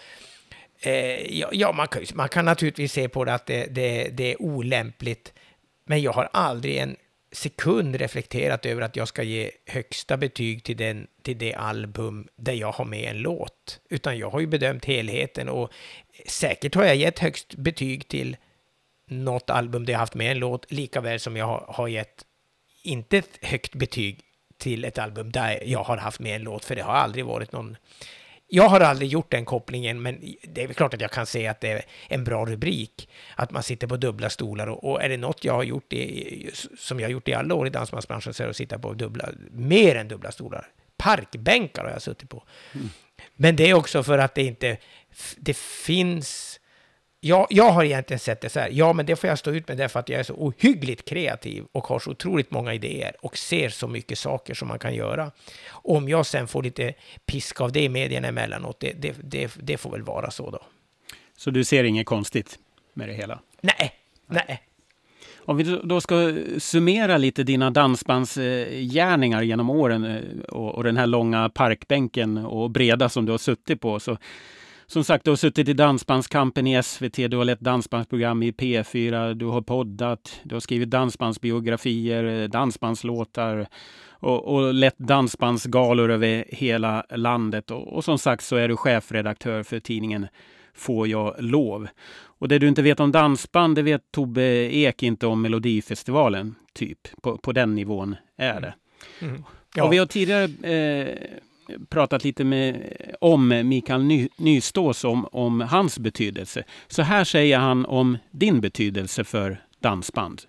eh, ja, ja man, kan, man kan naturligtvis se på det att det, det, det är olämpligt, men jag har aldrig en sekund reflekterat över att jag ska ge högsta betyg till, den, till det album där jag har med en låt. Utan jag har ju bedömt helheten, och säkert har jag gett högst betyg till något album där jag haft med en låt, lika väl som jag har, har gett inte ett högt betyg till ett album där jag har haft med en låt, för det har aldrig varit någon... Jag har aldrig gjort den kopplingen, men det är väl klart att jag kan se att det är en bra rubrik, att man sitter på dubbla stolar, och, och är det något jag har gjort i, som jag har gjort i alla år i dansbandsbranschen, så är det att sitta på dubbla, mer än dubbla stolar. Parkbänkar har jag suttit på. Mm. Men det är också för att det inte det finns... Jag, jag har egentligen sett det så här, ja, men det får jag stå ut med därför att jag är så ohyggligt kreativ och har så otroligt många idéer och ser så mycket saker som man kan göra. Om jag sen får lite pisk av det i medierna emellanåt, det, det, det, det får väl vara så då. Så du ser inget konstigt med det hela? Nej, nej. Om vi då ska summera lite dina dansbandsgärningar genom åren och, och den här långa parkbänken och breda som du har suttit på, så som sagt, du har suttit i Dansbandskampen i S V T, du har lett dansbandsprogram i P fyra, du har poddat, du har skrivit dansbandsbiografier, dansbandslåtar och, och lett dansbandsgalor över hela landet. Och, och som sagt så är du chefredaktör för tidningen Får jag lov. Och det du inte vet om dansband, det vet Tobbe Ek inte om Melodifestivalen, typ. På, på den nivån är det. Mm. Mm. Ja. Och vi har tidigare... Eh, pratat lite med, om Mikael Ny, Nystås om, om hans betydelse. Så här säger han om din betydelse för dansband.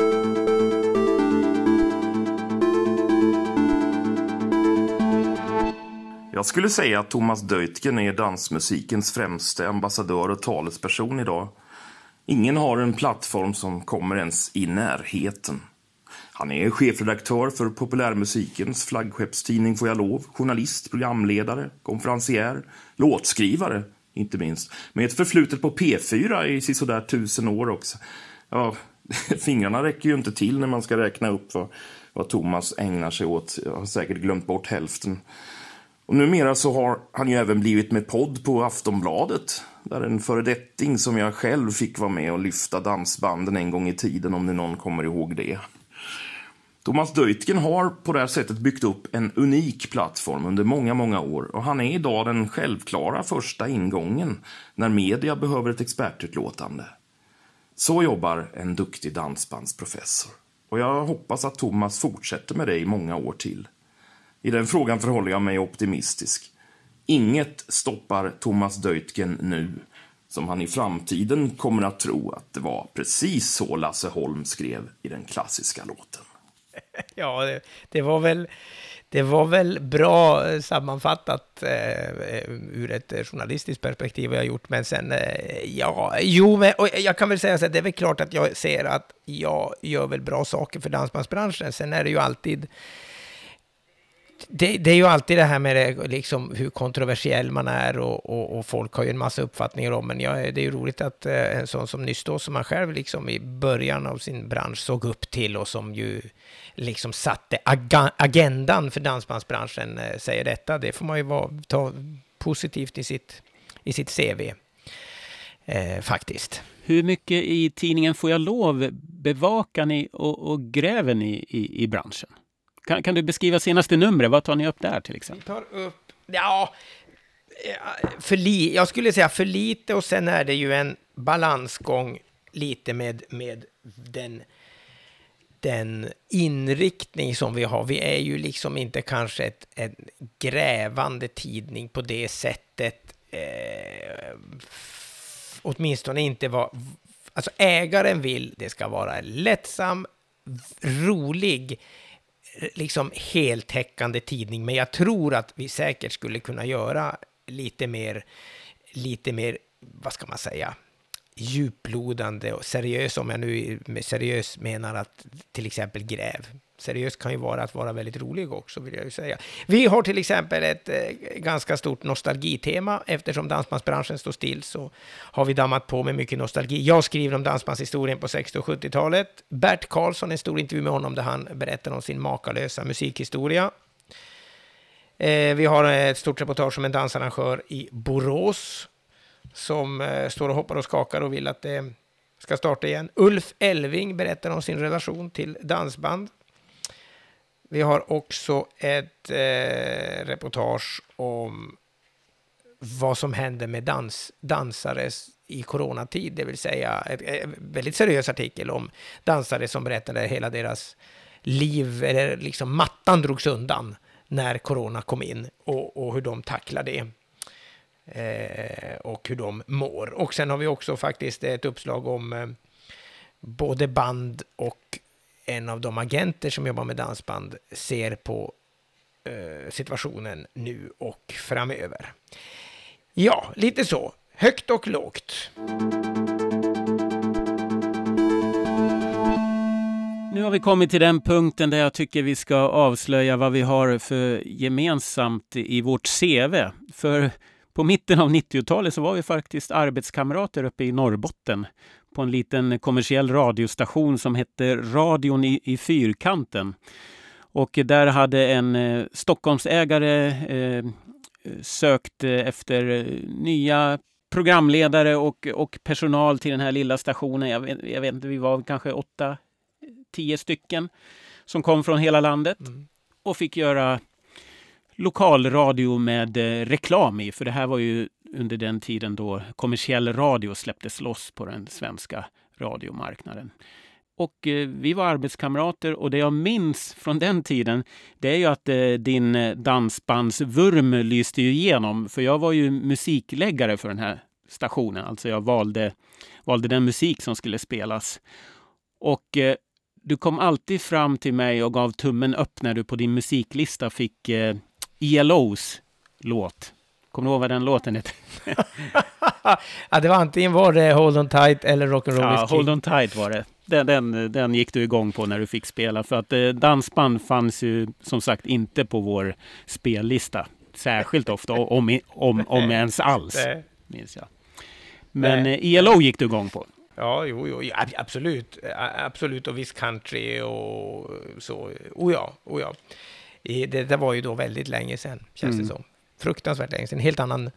Jag skulle säga att Thomas Deutgen är dansmusikens främste ambassadör och talesperson idag. Ingen har en plattform som kommer ens i närheten. Han är chefredaktör för populärmusikens flaggskeppstidning Får jag lov, journalist, programledare, konferencier, låtskrivare, inte minst. Med ett förflutet på P fyra i sådär tusen år också. Ja, fingrarna räcker ju inte till när man ska räkna upp vad, vad Thomas ägnar sig åt. Jag har säkert glömt bort hälften. Och numera så har han ju även blivit med podd på Aftonbladet. Där en föredetting som jag själv fick vara med och lyfta dansbanden en gång i tiden, om det någon kommer ihåg det. Thomas Deutgen har på det här sättet byggt upp en unik plattform under många, många år. Och han är idag den självklara första ingången när media behöver ett expertutlåtande. Så jobbar en duktig dansbandsprofessor. Och jag hoppas att Thomas fortsätter med det i många år till. I den frågan förhåller jag mig optimistisk. Inget stoppar Thomas Deutgen nu, som han i framtiden kommer att tro att det var precis så Lasse Holm skrev i den klassiska låten. Ja, det, det var väl det var väl bra sammanfattat eh, ur ett journalistiskt perspektiv vad jag gjort, men sen, eh, ja, jo, men, och jag kan väl säga så att det är väl klart att jag ser att jag gör väl bra saker för dansbandsbranschen. Sen är det ju alltid Det, det är ju alltid det här med det, liksom, hur kontroversiell man är och, och, och folk har ju en massa uppfattningar om, men ja, det är ju roligt att eh, en sån som Nyss då, som man själv liksom i början av sin bransch såg upp till och som ju liksom satte aga, agendan för dansbandsbranschen eh, säger detta. Det får man ju vara, ta positivt i sitt, i sitt C V eh, faktiskt. Hur mycket i tidningen Får jag lov bevakar ni och, och gräver ni i, i branschen? Kan, kan du beskriva senaste numret? Vad tar ni upp där till exempel? Vi tar upp, ja, för li, jag skulle säga för lite, och sen är det ju en balansgång lite med, med den, den inriktning som vi har. Vi är ju liksom inte kanske ett, en grävande tidning på det sättet. Eh, åtminstone inte vad, alltså ägaren vill det ska vara lättsam, rolig, liksom heltäckande tidning, men jag tror att vi säkert skulle kunna göra lite mer, lite mer, vad ska man säga, djuplodande och seriös, om jag nu med seriös menar att till exempel gräv. Seriös kan ju vara att vara väldigt rolig också, vill jag ju säga. Vi har till exempel ett eh, ganska stort nostalgitema. Eftersom dansbandsbranschen står still så har vi dammat på med mycket nostalgi. Jag skriver om dansbandshistorien på sextio- och sjuttiotalet. Bert Karlsson, en stor intervju med honom där han berättar om sin makalösa musikhistoria. Eh, vi har ett stort reportage om en dansarrangör i Borås som eh, står och hoppar och skakar och vill att det ska starta igen. Ulf Elving berättar om sin relation till dansband. Vi har också ett eh, reportage om vad som händer med dans, dansare i coronatid, det vill säga ett, ett väldigt seriös artikel om dansare som berättade hela deras liv, eller liksom mattan drogs undan när corona kom in och, och hur de tacklar det eh, och hur de mår. Och sen har vi också faktiskt ett uppslag om eh, både band och en av de agenter som jobbar med dansband ser på eh, situationen nu och framöver. Ja, lite så. Högt och lågt. Nu har vi kommit till den punkten där jag tycker vi ska avslöja vad vi har för gemensamt i vårt C V. För på mitten av nittiotalet så var vi faktiskt arbetskamrater uppe i Norrbotten på en liten kommersiell radiostation som hette Radion i, i Fyrkanten. Och där hade en eh, Stockholmsägare eh, sökt efter eh, nya programledare och, och personal till den här lilla stationen. Jag vet, jag vet inte, vi var kanske åtta, tio stycken som kom från hela landet mm. och fick göra lokalradio med eh, reklam i. För det här var ju under den tiden då kommersiell radio släpptes loss på den svenska radiomarknaden. Och eh, vi var arbetskamrater, och det jag minns från den tiden, det är ju att eh, din dansbandsvurm lyste ju igenom. För jag var ju musikläggare för den här stationen. Alltså jag valde, valde den musik som skulle spelas. Och eh, du kom alltid fram till mig och gav tummen upp när du på din musiklista fick eh, E L O's låt. Kommer du ihåg vad den låten heter? Ja, det var antingen var det Hold On Tight eller Rock'n'Roll Ja, Hold On Tight var det. Den, den, den gick du igång på när du fick spela. För att eh, dansband fanns ju som sagt inte på vår spellista. Särskilt ofta, om, om, om ens alls. Minns jag. Men eh, E L O gick du igång på. Ja, jo, jo, ja, absolut. Absolut, och viss country och så. Oh ja, oh ja. Det, det var ju då väldigt länge sedan, känns mm. det som. Fruktansvärt länge sedan. En helt annan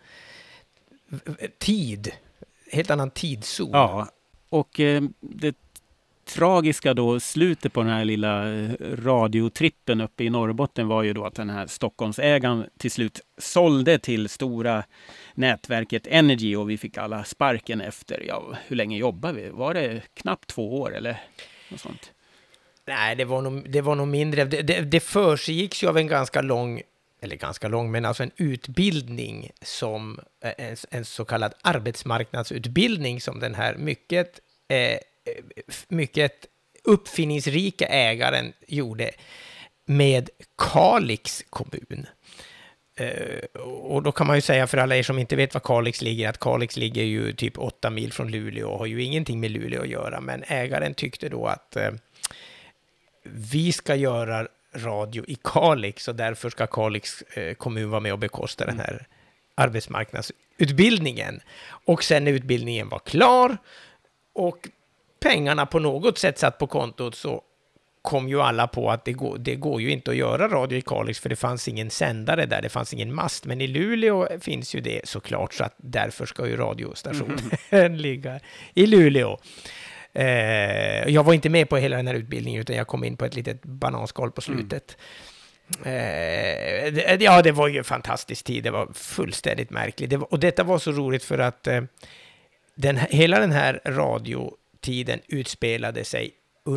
tid. Helt annan tidszon. Ja, och eh, det tragiska då, slutet på den här lilla radiotrippen uppe i Norrbotten var ju då att den här Stockholmsägaren till slut sålde till stora nätverket Energy, och vi fick alla sparken efter, ja, hur länge jobbade vi? Var det knappt två år eller något sånt? Nej, det var nog, det var nog mindre. Det, det, det försiggick ju av en ganska lång, eller ganska lång, men alltså en utbildning som en, en så kallad arbetsmarknadsutbildning som den här mycket, eh, mycket uppfinningsrika ägaren gjorde med Kalix kommun. Uh, och då kan man ju säga för alla er som inte vet var Kalix ligger, att Kalix ligger ju typ åtta mil från Luleå och har ju ingenting med Luleå att göra, men ägaren tyckte då att uh, vi ska göra radio i Kalix och därför ska Kalix uh, kommun vara med och bekosta mm. den här arbetsmarknadsutbildningen. Och sen när utbildningen var klar och pengarna på något sätt satt på kontot, så kom ju alla på att det går, det går ju inte att göra radio i Kalix, för det fanns ingen sändare där, det fanns ingen mast. Men i Luleå finns ju det såklart, så att därför ska ju radiostationen mm. ligga i Luleå. Eh, jag var inte med på hela den här utbildningen, utan jag kom in på ett litet bananskal på slutet. Mm. Eh, det, ja, det var ju en fantastisk tid, det var fullständigt märkligt. Det var, och detta var så roligt för att eh, den, hela den här radiotiden utspelade sig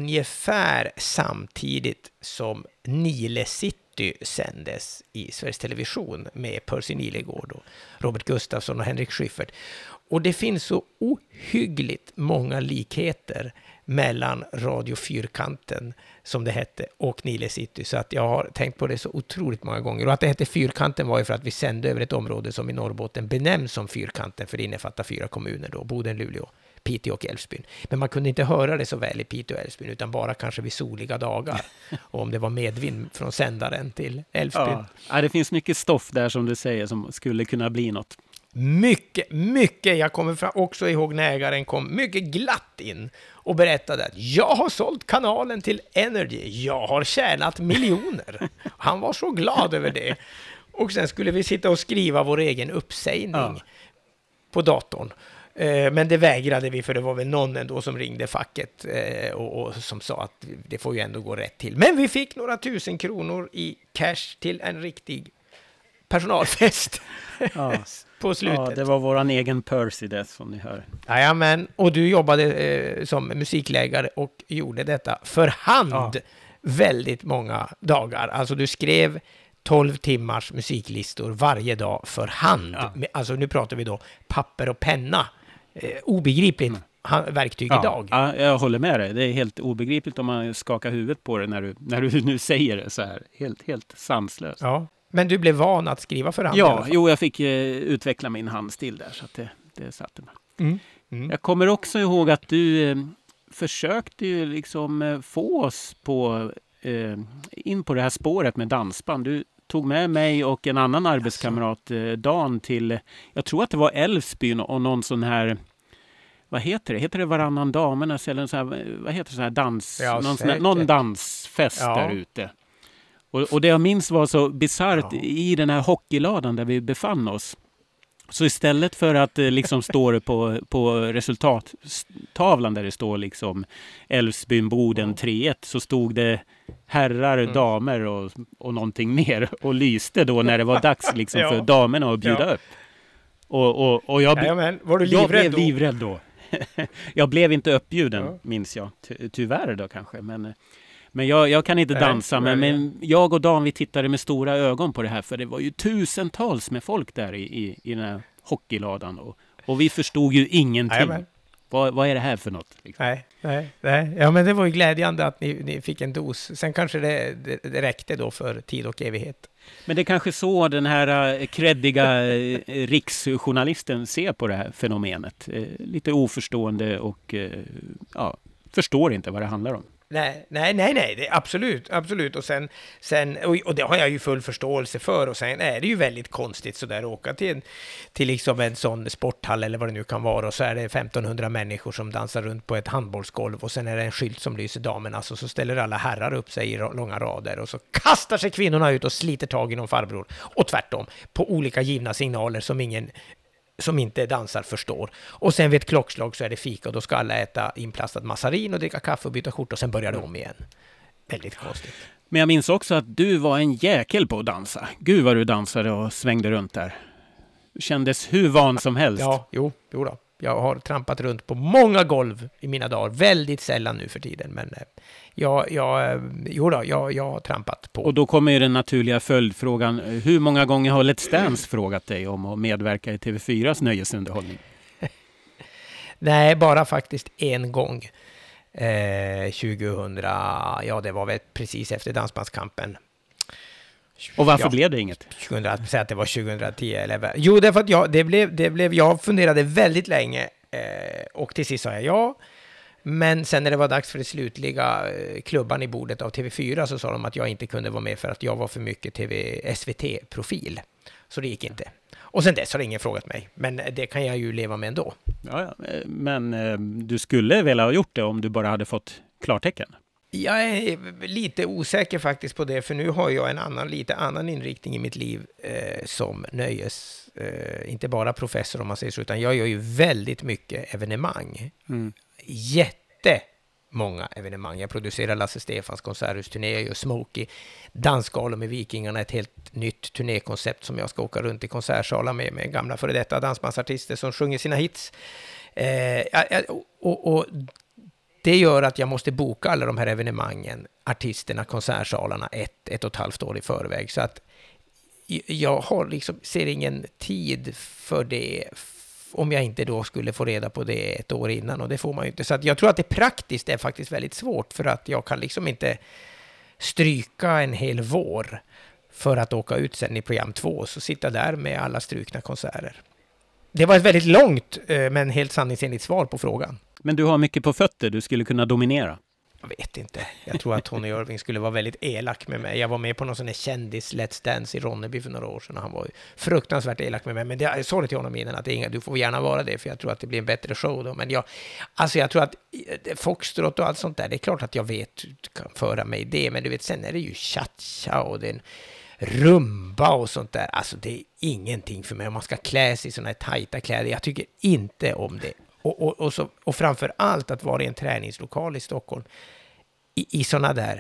ungefär samtidigt som Nile City sändes i Sveriges Television med Percy Nilegård och Robert Gustafsson och Henrik Schyffert. Och det finns så ohyggligt många likheter mellan Radio Fyrkanten, som det hette, och Nile City, så att jag har tänkt på det så otroligt många gånger. Och att det hette Fyrkanten var ju för att vi sände över ett område som i Norrbotten benämns som Fyrkanten, för det innefattar fyra kommuner då, Boden, Luleå, Piteå och Älvsbyn. Men man kunde inte höra det så väl i Piteå och Älvsbyn, utan bara kanske vid soliga dagar. Och om det var medvind från sändaren till Älvsbyn. Ja. Ja, det finns mycket stoff där som du säger som skulle kunna bli något. Mycket, mycket. Jag kommer också ihåg när ägaren kom mycket glatt in och berättade att jag har sålt kanalen till Energy. Jag har tjänat miljoner. Han var så glad över det. Och sen skulle vi sitta och skriva vår egen uppsägning ja. på datorn. Men det vägrade vi, för det var väl någon ändå som ringde facket och, och som sa att det får ju ändå gå rätt till. Men vi fick några tusen kronor i cash till en riktig personalfest ja. på slutet. Ja, det var våran egen Percy det, som ni hör. Jajamän, och du jobbade eh, som musikläggare och gjorde detta för hand ja. väldigt många dagar. Alltså du skrev tolv timmars musiklistor varje dag för hand. Ja. Alltså nu pratar vi då papper och penna. Eh, obegripligt mm. verktyg ja. idag. Ja, jag håller med dig. Det är helt obegripligt om man skakar huvudet på det när du, när du nu säger det så här. Helt, helt sanslöst. Ja. Men du blev van att skriva för hand? Ja, jo, jag fick eh, utveckla min handstil där, så att det, det satte mig. Mm. Mm. Jag kommer också ihåg att du eh, försökte ju liksom eh, få oss på, eh, in på det här spåret med dansband. Du tog med mig och en annan arbetskamrat, eh, Dan, till, jag tror att det var Älvsbyn och någon sån här, vad heter det? Heter det Varannan damernas eller så här, vad heter det, så här dans, ja, någon, sån här, någon dansfest ja. där ute. Och, och det jag minns var så bisarrt ja. i den här hockeyladan där vi befann oss. Så istället för att eh, liksom stå det på, på resultattavlan där det står liksom Älvsbyn Boden tre ett, så stod det herrar, mm. damer och, och någonting mer och lyste då när det var dags liksom ja. för damerna att bjuda ja. upp. Och, och, och jag, Jajamän. Var du livrädd jag blev då? livrädd då. Jag blev inte uppbjuden, ja. minns jag. Ty, tyvärr då kanske, men... Men jag, jag kan inte dansa, nej, men, men jag och Dan, vi tittade med stora ögon på det här, för det var ju tusentals med folk där i, i, i den här hockeyladan och, och vi förstod ju ingenting. Nej, vad, vad är det här för något? Liksom? Nej, nej, nej. Ja, men det var ju glädjande att ni, ni fick en dos. Sen kanske det, det, det räckte då för tid och evighet. Men det är kanske så den här kreddiga riksjournalisten ser på det här fenomenet. Lite oförstående och ja, förstår inte vad det handlar om. Nej, nej, nej, nej, det, absolut, absolut. Och sen, sen och, och det har jag ju full förståelse för. Och sen är det ju väldigt konstigt så där att åka till, en, till liksom en sån sporthall eller vad det nu kan vara. Och så är det femtonhundra människor som dansar runt på ett handbollsgolv. Och sen är det en skylt som lyser damernas. Och så ställer alla herrar upp sig i långa rader. Och så kastar sig kvinnorna ut och sliter tag i någon farbror. Och tvärtom, på olika givna signaler som ingen... som inte dansar förstår. Och sen vid ett klockslag så är det fika och då ska alla äta inplastad massarin och dricka kaffe och byta skjorta och sen börjar det om igen. Väldigt konstigt. Men jag minns också att du var en jäkel på att dansa. Gud vad du dansade och svängde runt där. Du kändes hur van som helst. Ja, jo, jo då. Jag har trampat runt på många golv i mina dagar. Väldigt sällan nu för tiden. Men jag, jag, jo då, jag, jag har trampat på. Och då kommer ju den naturliga följdfrågan. Hur många gånger har Let's Dance frågat dig om att medverka i T V fyras nöjesunderhållning? Nej, bara faktiskt en gång. eh, tjugohundra, ja det var väl precis efter Dansbandskampen. Och varför ja, blev det inget? tjugohundra, säg att det var tjugohundratio eller... Jo, därför att jag, det blev, det blev, jag funderade väldigt länge eh, och till sist sa jag ja. Men sen när det var dags för det slutliga eh, klubban i bordet av T V fyra så sa de att jag inte kunde vara med för att jag var för mycket T V S V T-profil. Så det gick inte. Och sen dess har ingen frågat mig. Men det kan jag ju leva med ändå. Ja, ja. Men eh, du skulle väl ha gjort det om du bara hade fått klartecken? Jag är lite osäker faktiskt på det, för nu har jag en annan, lite annan inriktning i mitt liv eh, som nöjes, eh, inte bara professor om man säger så, utan jag gör ju väldigt mycket evenemang. Mm. Jättemånga evenemang. Jag producerar Lasse Stefans konserthusturné, jag gör Smokey, dansgalor med Vikingarna, ett helt nytt turnékoncept som jag ska åka runt i konsertsalar med, med gamla före detta dansbandsartister som sjunger sina hits. Eh, och, och det gör att jag måste boka alla de här evenemangen, artisterna, konsertsalarna ett, ett och ett halvt år i förväg. Så att jag har liksom, ser ingen tid för det om jag inte då skulle få reda på det ett år innan. Och det får man ju inte. Så att jag tror att det praktiskt är faktiskt väldigt svårt, för att jag kan liksom inte stryka en hel vår för att åka ut sen i program två och så sitta där med alla strukna konserter. Det var ett väldigt långt men helt sanningsenligt svar på frågan. Men du har mycket på fötter, du skulle kunna dominera. Jag vet inte. Jag tror att Tony Irving skulle vara väldigt elak med mig. Jag var med på någon sån här kändis Let's Dance i Ronneby för några år sedan och han var fruktansvärt elak med mig. Men det, jag sa det till honom innan att det är inga, du får gärna vara det, för jag tror att det blir en bättre show då. Men jag, alltså jag tror att Foxtrot och allt sånt där, det är klart att jag vet kan föra mig det. Men du vet, sen är det ju cha-cha och det är en rumba och sånt där. Alltså det är ingenting för mig om man ska klä sig i såna här tajta kläder. Jag tycker inte om det. Och, och, och, så, och framför allt att vara i en träningslokal i Stockholm i, i såna där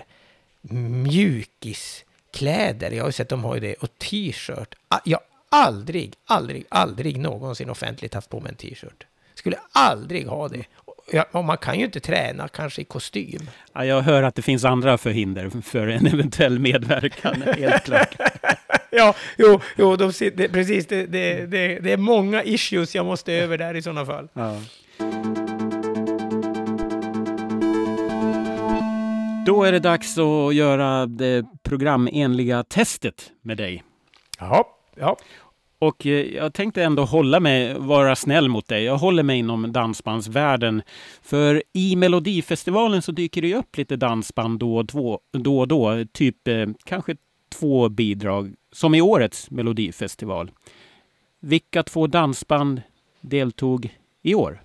mjukiskläder. Jag har ju sett de har ju det. Och t-shirt. Jag aldrig, aldrig, aldrig någonsin offentligt haft på mig en t-shirt. Skulle aldrig ha det. Ja, och man kan ju inte träna kanske i kostym. Ja, jag hör att det finns andra förhinder för en eventuell medverkan, helt klart. Ja, jo, jo de, det, precis. Det, det, det, det är många issues jag måste över där i sådana fall. Ja. Då är det dags att göra det programenliga testet med dig. Ja, ja. Och jag tänkte ändå hålla mig, vara snäll mot dig. Jag håller mig inom dansbandsvärlden. För i Melodifestivalen så dyker det upp lite dansband då och då. då, och då typ eh, kanske två bidrag. Som i årets Melodifestival. Vilka två dansband deltog i år?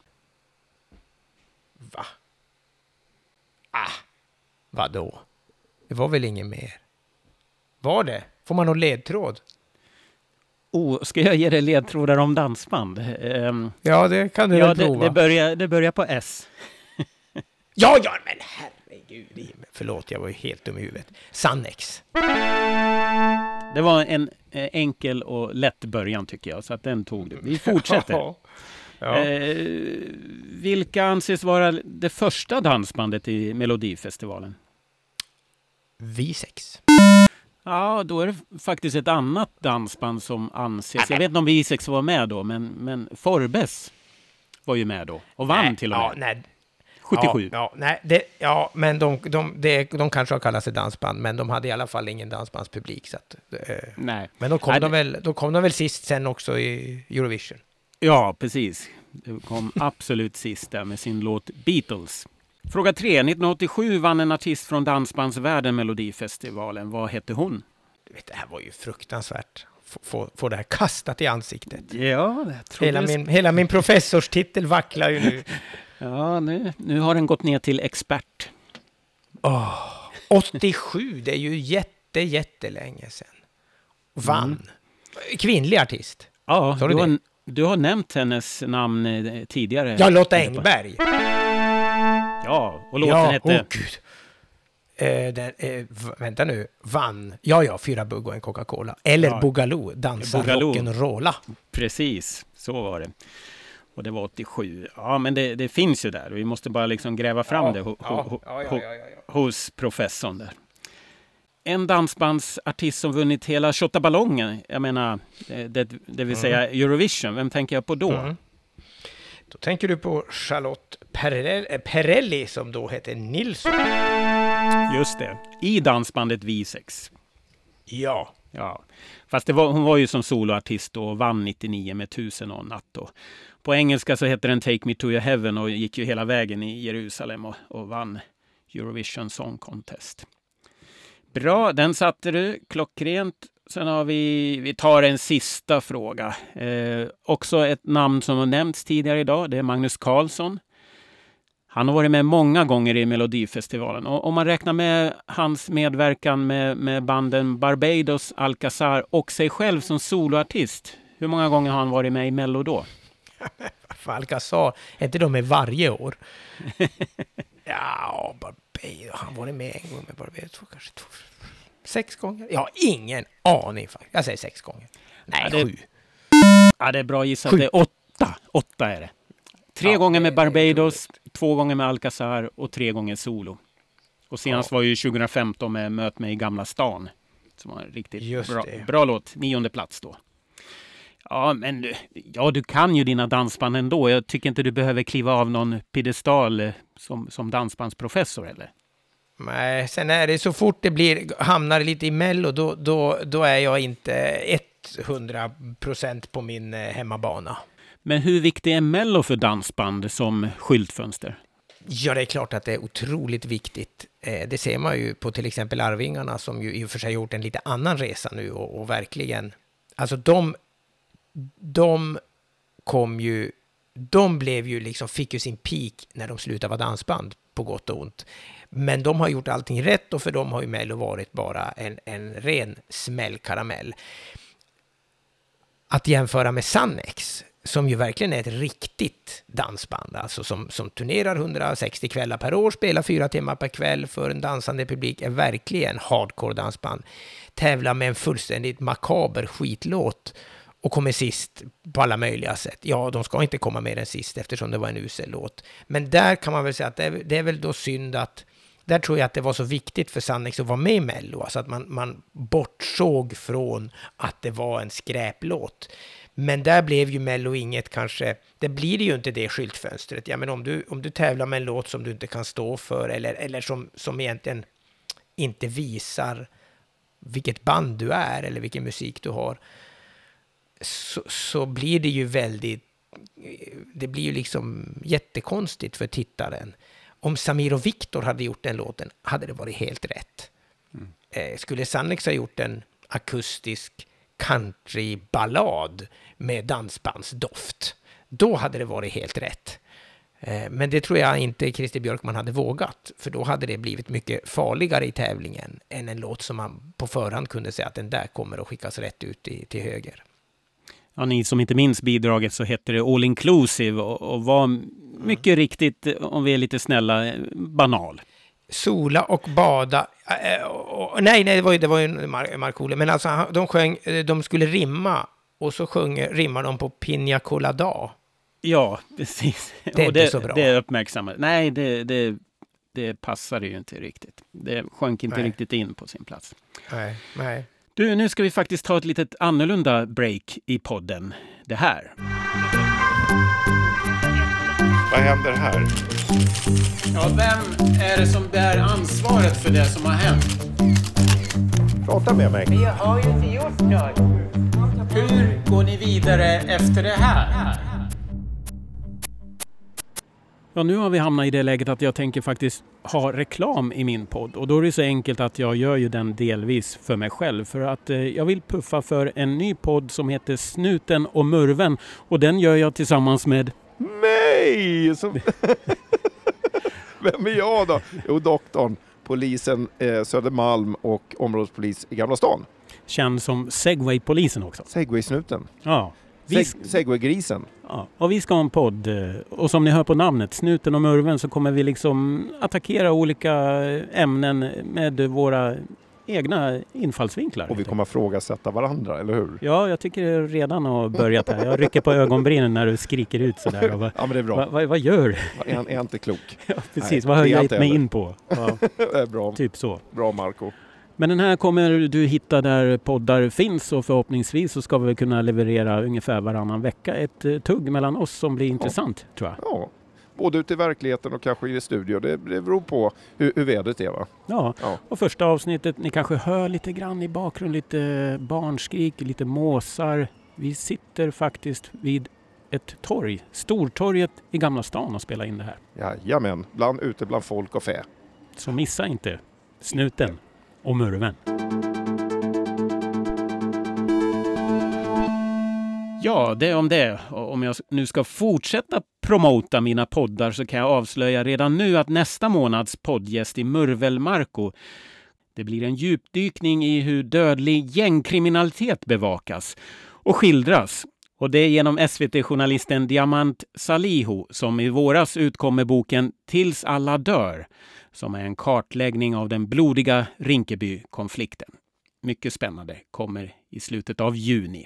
Va? Ah, vadå? Det var väl ingen mer? Var det? Får man någon ledtråd? Oh, ska jag ge dig ledtrådar om dansband? Um, ja, det kan du ja, väl det, prova. Det börjar, det börjar på S. ja, ja, men herregud. Förlåt, jag var ju helt dum i huvudet. Sannex. Det var en eh, enkel och lätt början tycker jag, så att den tog du. Vi fortsätter. ja. Ja. Eh, vilka anses vara det första dansbandet i Melodifestivalen? Vi sex. Ja, då är det faktiskt ett annat dansband som anses. Jag vet inte om Vi sex var med då, men, men Forbes var ju med då. Och vann nej, till och med. Ja, nej. sjuttiosju. Ja, ja, nej, det, ja men de, de, de, de kanske har kallat sig dansband, men de hade i alla fall ingen dansbandspublik. Så att, eh, nej. Men då kom, nej, de väl, då kom de väl sist sen också i Eurovision. Ja, precis. Det kom absolut sist där med sin låt Beatles. Fråga tre. nittonhundraåttiosju vann en artist från dansbandsvärlden Melodifestivalen. Vad hette hon? Du vet, det här var ju fruktansvärt. Få, få, få det här kastat i ansiktet. Ja, jag tror hela, min, hela min professorstitel vacklar ju nu. Ja, nu, nu har den gått ner till expert. Oh, åttiosju, det är ju jätte, jättelänge sedan. Vann. Mm. Kvinnlig artist. Ja, du har, du har nämnt hennes namn tidigare. Ja, Lotta Engberg. Ja, och låten ja, hette... Oh, Gud. Eh, den, eh, vänta nu. Vann. Ja, ja, Fyra bugg och en Coca-Cola. Eller ja. Boogaloo. Dansa rock'n'rolla. Precis, så var det. Och det var åttiosju. Ja, men det, det finns ju där. Vi måste bara liksom gräva fram ja, det ho, ja, ho, ja, ja, ho, ja, ja, ja. hos professorn där. En dansbandsartist som vunnit hela Tjottaballongen. Jag menar, det, det vill säga Eurovision. Vem tänker jag på då? Mm. Då tänker du på Charlotte Perrelli, Perrelli som då heter Nilsson. Just det, i dansbandet Visex. Ja. Ja, fast det var, hon var ju som soloartist och vann nittionio med Tusen och en natt. Och på engelska så heter den Take Me To Your Heaven och gick ju hela vägen i Jerusalem och, och vann Eurovision Song Contest. Bra, den satte du klockrent. Sen har vi, vi tar en sista fråga. Eh, också ett namn som har nämnts tidigare idag, det är Magnus Carlsson. Han har varit med många gånger i Melodifestivalen. Och om man räknar med hans medverkan med, med banden Barbados, Alcazar och sig själv som soloartist. Hur många gånger har han varit med i Mello då? För Alcazar, är inte de med varje år? Ja, Barbados. Han var med en gång med Barbados, två, kanske två, sex gånger. Jag har ingen aning faktiskt. Jag säger sex gånger. Nej, ja, det, sju. Ja, det är bra gissat. Det är åtta. Åtta är det. Tre ja, gånger med Barbados, två gånger med Alcazar och tre gånger solo. Och senast ja. var ju tjugohundrafemton med Möt mig i Gamla stan. Som var en riktigt bra, bra låt. Nionde plats då. Ja, men du, ja, du kan ju dina dansband ändå. Jag tycker inte du behöver kliva av någon piedestal som, som dansbandsprofessor, eller? Nej, sen är det så fort det blir, hamnar lite i Mello, då, då, då är jag inte hundra procent på min hemmabana. Men hur viktig är Mello för dansband som skyltfönster? Ja, det är klart att det är otroligt viktigt. Det ser man ju på till exempel Arvingarna som ju i och för sig gjort en lite annan resa nu och, och verkligen, alltså de, de kom ju, de blev ju liksom, fick ju sin peak när de slutade vara dansband på gott och ont. Men de har gjort allting rätt och för dem har ju Mello varit bara en, en ren smällkaramell. Att jämföra med Sannex, som ju verkligen är ett riktigt dansband, alltså som, som turnerar hundrasextio kvällar per år, spelar fyra timmar per kväll för en dansande publik, är verkligen hardcore dansband. Tävlar med en fullständigt makaber skitlåt och kommer sist på alla möjliga sätt. Ja, de ska inte komma mer än sist eftersom det var en usel låt. Men där kan man väl säga att det är, det är väl då synd att där tror jag att det var så viktigt för Sannex att vara med i Mello. Alltså att man, man bortsåg från att det var en skräplåt. Men där blev ju Mello inget kanske, det blir ju inte det skyltfönstret. Ja, men om du, om du tävlar med en låt som du inte kan stå för eller, eller som, som egentligen inte visar vilket band du är eller vilken musik du har, så, så blir det ju väldigt, det blir ju liksom jättekonstigt för tittaren. Om Samir och Viktor hade gjort den låten hade det varit helt rätt. Mm. Eh, skulle Sannex ha gjort en akustisk countryballad med dansbandsdoft, då hade det varit helt rätt. Eh, men det tror jag inte Christer Björkman hade vågat, för då hade det blivit mycket farligare i tävlingen än en låt som man på förhand kunde säga att den där kommer att skickas rätt ut i, till höger. Ja, ni som inte minns bidraget så heter det All Inclusive och, och var mycket mm. riktigt, om vi är lite snälla, banal. Sola och bada. Äh, och, och, nej, nej, det var ju, det var ju Markoolio. Men alltså, de sjöng, de skulle rimma och så sjöng, rimmar de på Pina Colada. Ja, precis. Det är och inte det, så bra. Det är uppmärksammat. Nej, det, det, det passade ju inte riktigt. Det sjönk inte nej. riktigt in på sin plats. Nej, nej. Du, nu ska vi faktiskt ta ett litet annorlunda break i podden. Det här. Vad händer här? Ja, vem är det som bär ansvaret för det som har hänt? Prata med mig. Men jag har ju inte gjort något. Hur går ni vidare efter det här? Ja, nu har vi hamnat i det läget att jag tänker faktiskt ha reklam i min podd. Och då är det så enkelt att jag gör ju den delvis för mig själv. För att eh, jag vill puffa för en ny podd som heter Snuten och Murven. Och den gör jag tillsammans med... mig! Som... Vem är jag då? Jo, doktorn, polisen eh, Södermalm och områdespolis i Gamla stan. Känd som Segway-polisen också. Segway-snuten. Ja. Vi... Seg- Segway-grisen. Ja, och vi ska ha en podd. Och som ni hör på namnet, Snuten och Murven, så kommer vi liksom attackera olika ämnen med våra egna infallsvinklar. Och vi kommer att frågasätta varandra, eller hur? Ja, jag tycker det redan har börjat här. Jag rycker på ögonbrynen när du skriker ut sådär. Och vad, ja, men det är bra. Vad, vad, vad gör du? Är, är inte klok. Ja, precis. Nej, vad har jag gett mig in på? Ja. Det är bra. Typ så. Bra, Marco. Men den här kommer du hitta där poddar finns och förhoppningsvis så ska vi kunna leverera ungefär varannan vecka ett eh, tugg mellan oss som blir intressant, ja. tror jag. Ja, både ute i verkligheten och kanske i studio. Det, det beror på hur, hur vädret är, va? Ja. ja, och första avsnittet, ni kanske hör lite grann i bakgrund, lite barnskrik, lite måsar. Vi sitter faktiskt vid ett torg, Stortorget i Gamla stan och spelar in det här. Jajamän, bland, ute bland folk och fä. Så missa inte snuten och murven. Ja, det om det. Och om jag nu ska fortsätta promota mina poddar så kan jag avslöja redan nu att nästa månads poddgäst i Murvel Marco, det blir en djupdykning i hur dödlig gängkriminalitet bevakas och skildras. Och det är genom S V T-journalisten Diamant Salihu som i våras utkom med boken Tills alla dör, som är en kartläggning av den blodiga Rinkeby-konflikten. Mycket spännande, kommer i slutet av juni.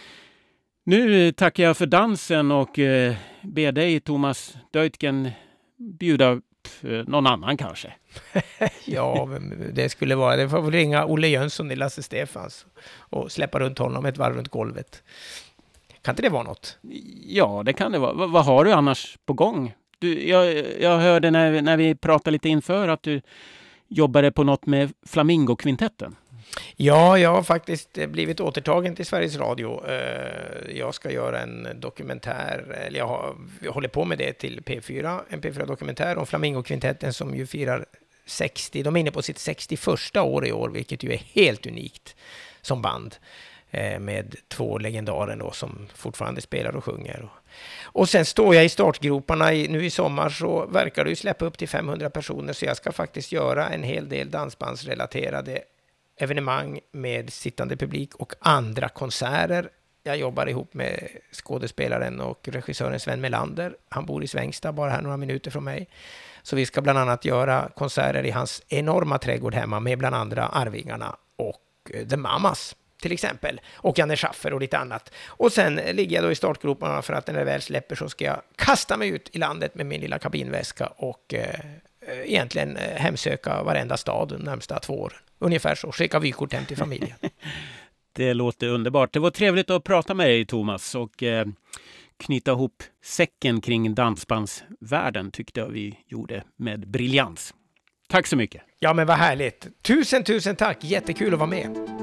Nu tackar jag för dansen och eh, ber dig, Thomas Deutgen, bjuda upp eh, någon annan kanske. Ja, det skulle vara. Det får ringa Olle Jönsson i Lasse Stefans och släppa runt honom ett varv runt golvet. Kan inte det vara något? Ja, det kan det vara. V- vad har du annars på gång? Du, jag, jag hörde när, när vi pratade lite inför att du jobbade på något med Flamingo-kvintetten. Ja, jag har faktiskt blivit återtagen till Sveriges Radio. Jag ska göra en dokumentär, eller jag, har, jag håller på med det till P fyra, en P fyra-dokumentär om Flamingo-kvintetten som ju firar sextio, de är inne på sitt sextioförsta år i år, vilket ju är helt unikt som band. Med två legendarer då, som fortfarande spelar och sjunger. Och sen står jag i startgroparna i, nu i sommar så verkar det ju släppa upp till femhundra personer, så jag ska faktiskt göra en hel del dansbandsrelaterade evenemang med sittande publik och andra konserter. Jag jobbar ihop med skådespelaren och regissören Sven Melander. Han bor i Svängsta, bara här några minuter från mig. Så vi ska bland annat göra konserter i hans enorma trädgård hemma med bland andra Arvingarna och The Mamas till exempel, och Janne Schaffer och lite annat. Och sen ligger jag då i startgroparna för att när det väl släpper så ska jag kasta mig ut i landet med min lilla kabinväska och eh, egentligen eh, hemsöka varenda stad de närmsta två år. Ungefär så, skicka vykort hem till familjen. Det låter underbart. Det var trevligt att prata med dig, Thomas, och eh, knyta ihop säcken kring dansbandsvärlden tyckte jag vi gjorde med briljans. Tack så mycket. Ja, men vad härligt. Tusen, tusen tack. Jättekul att vara med.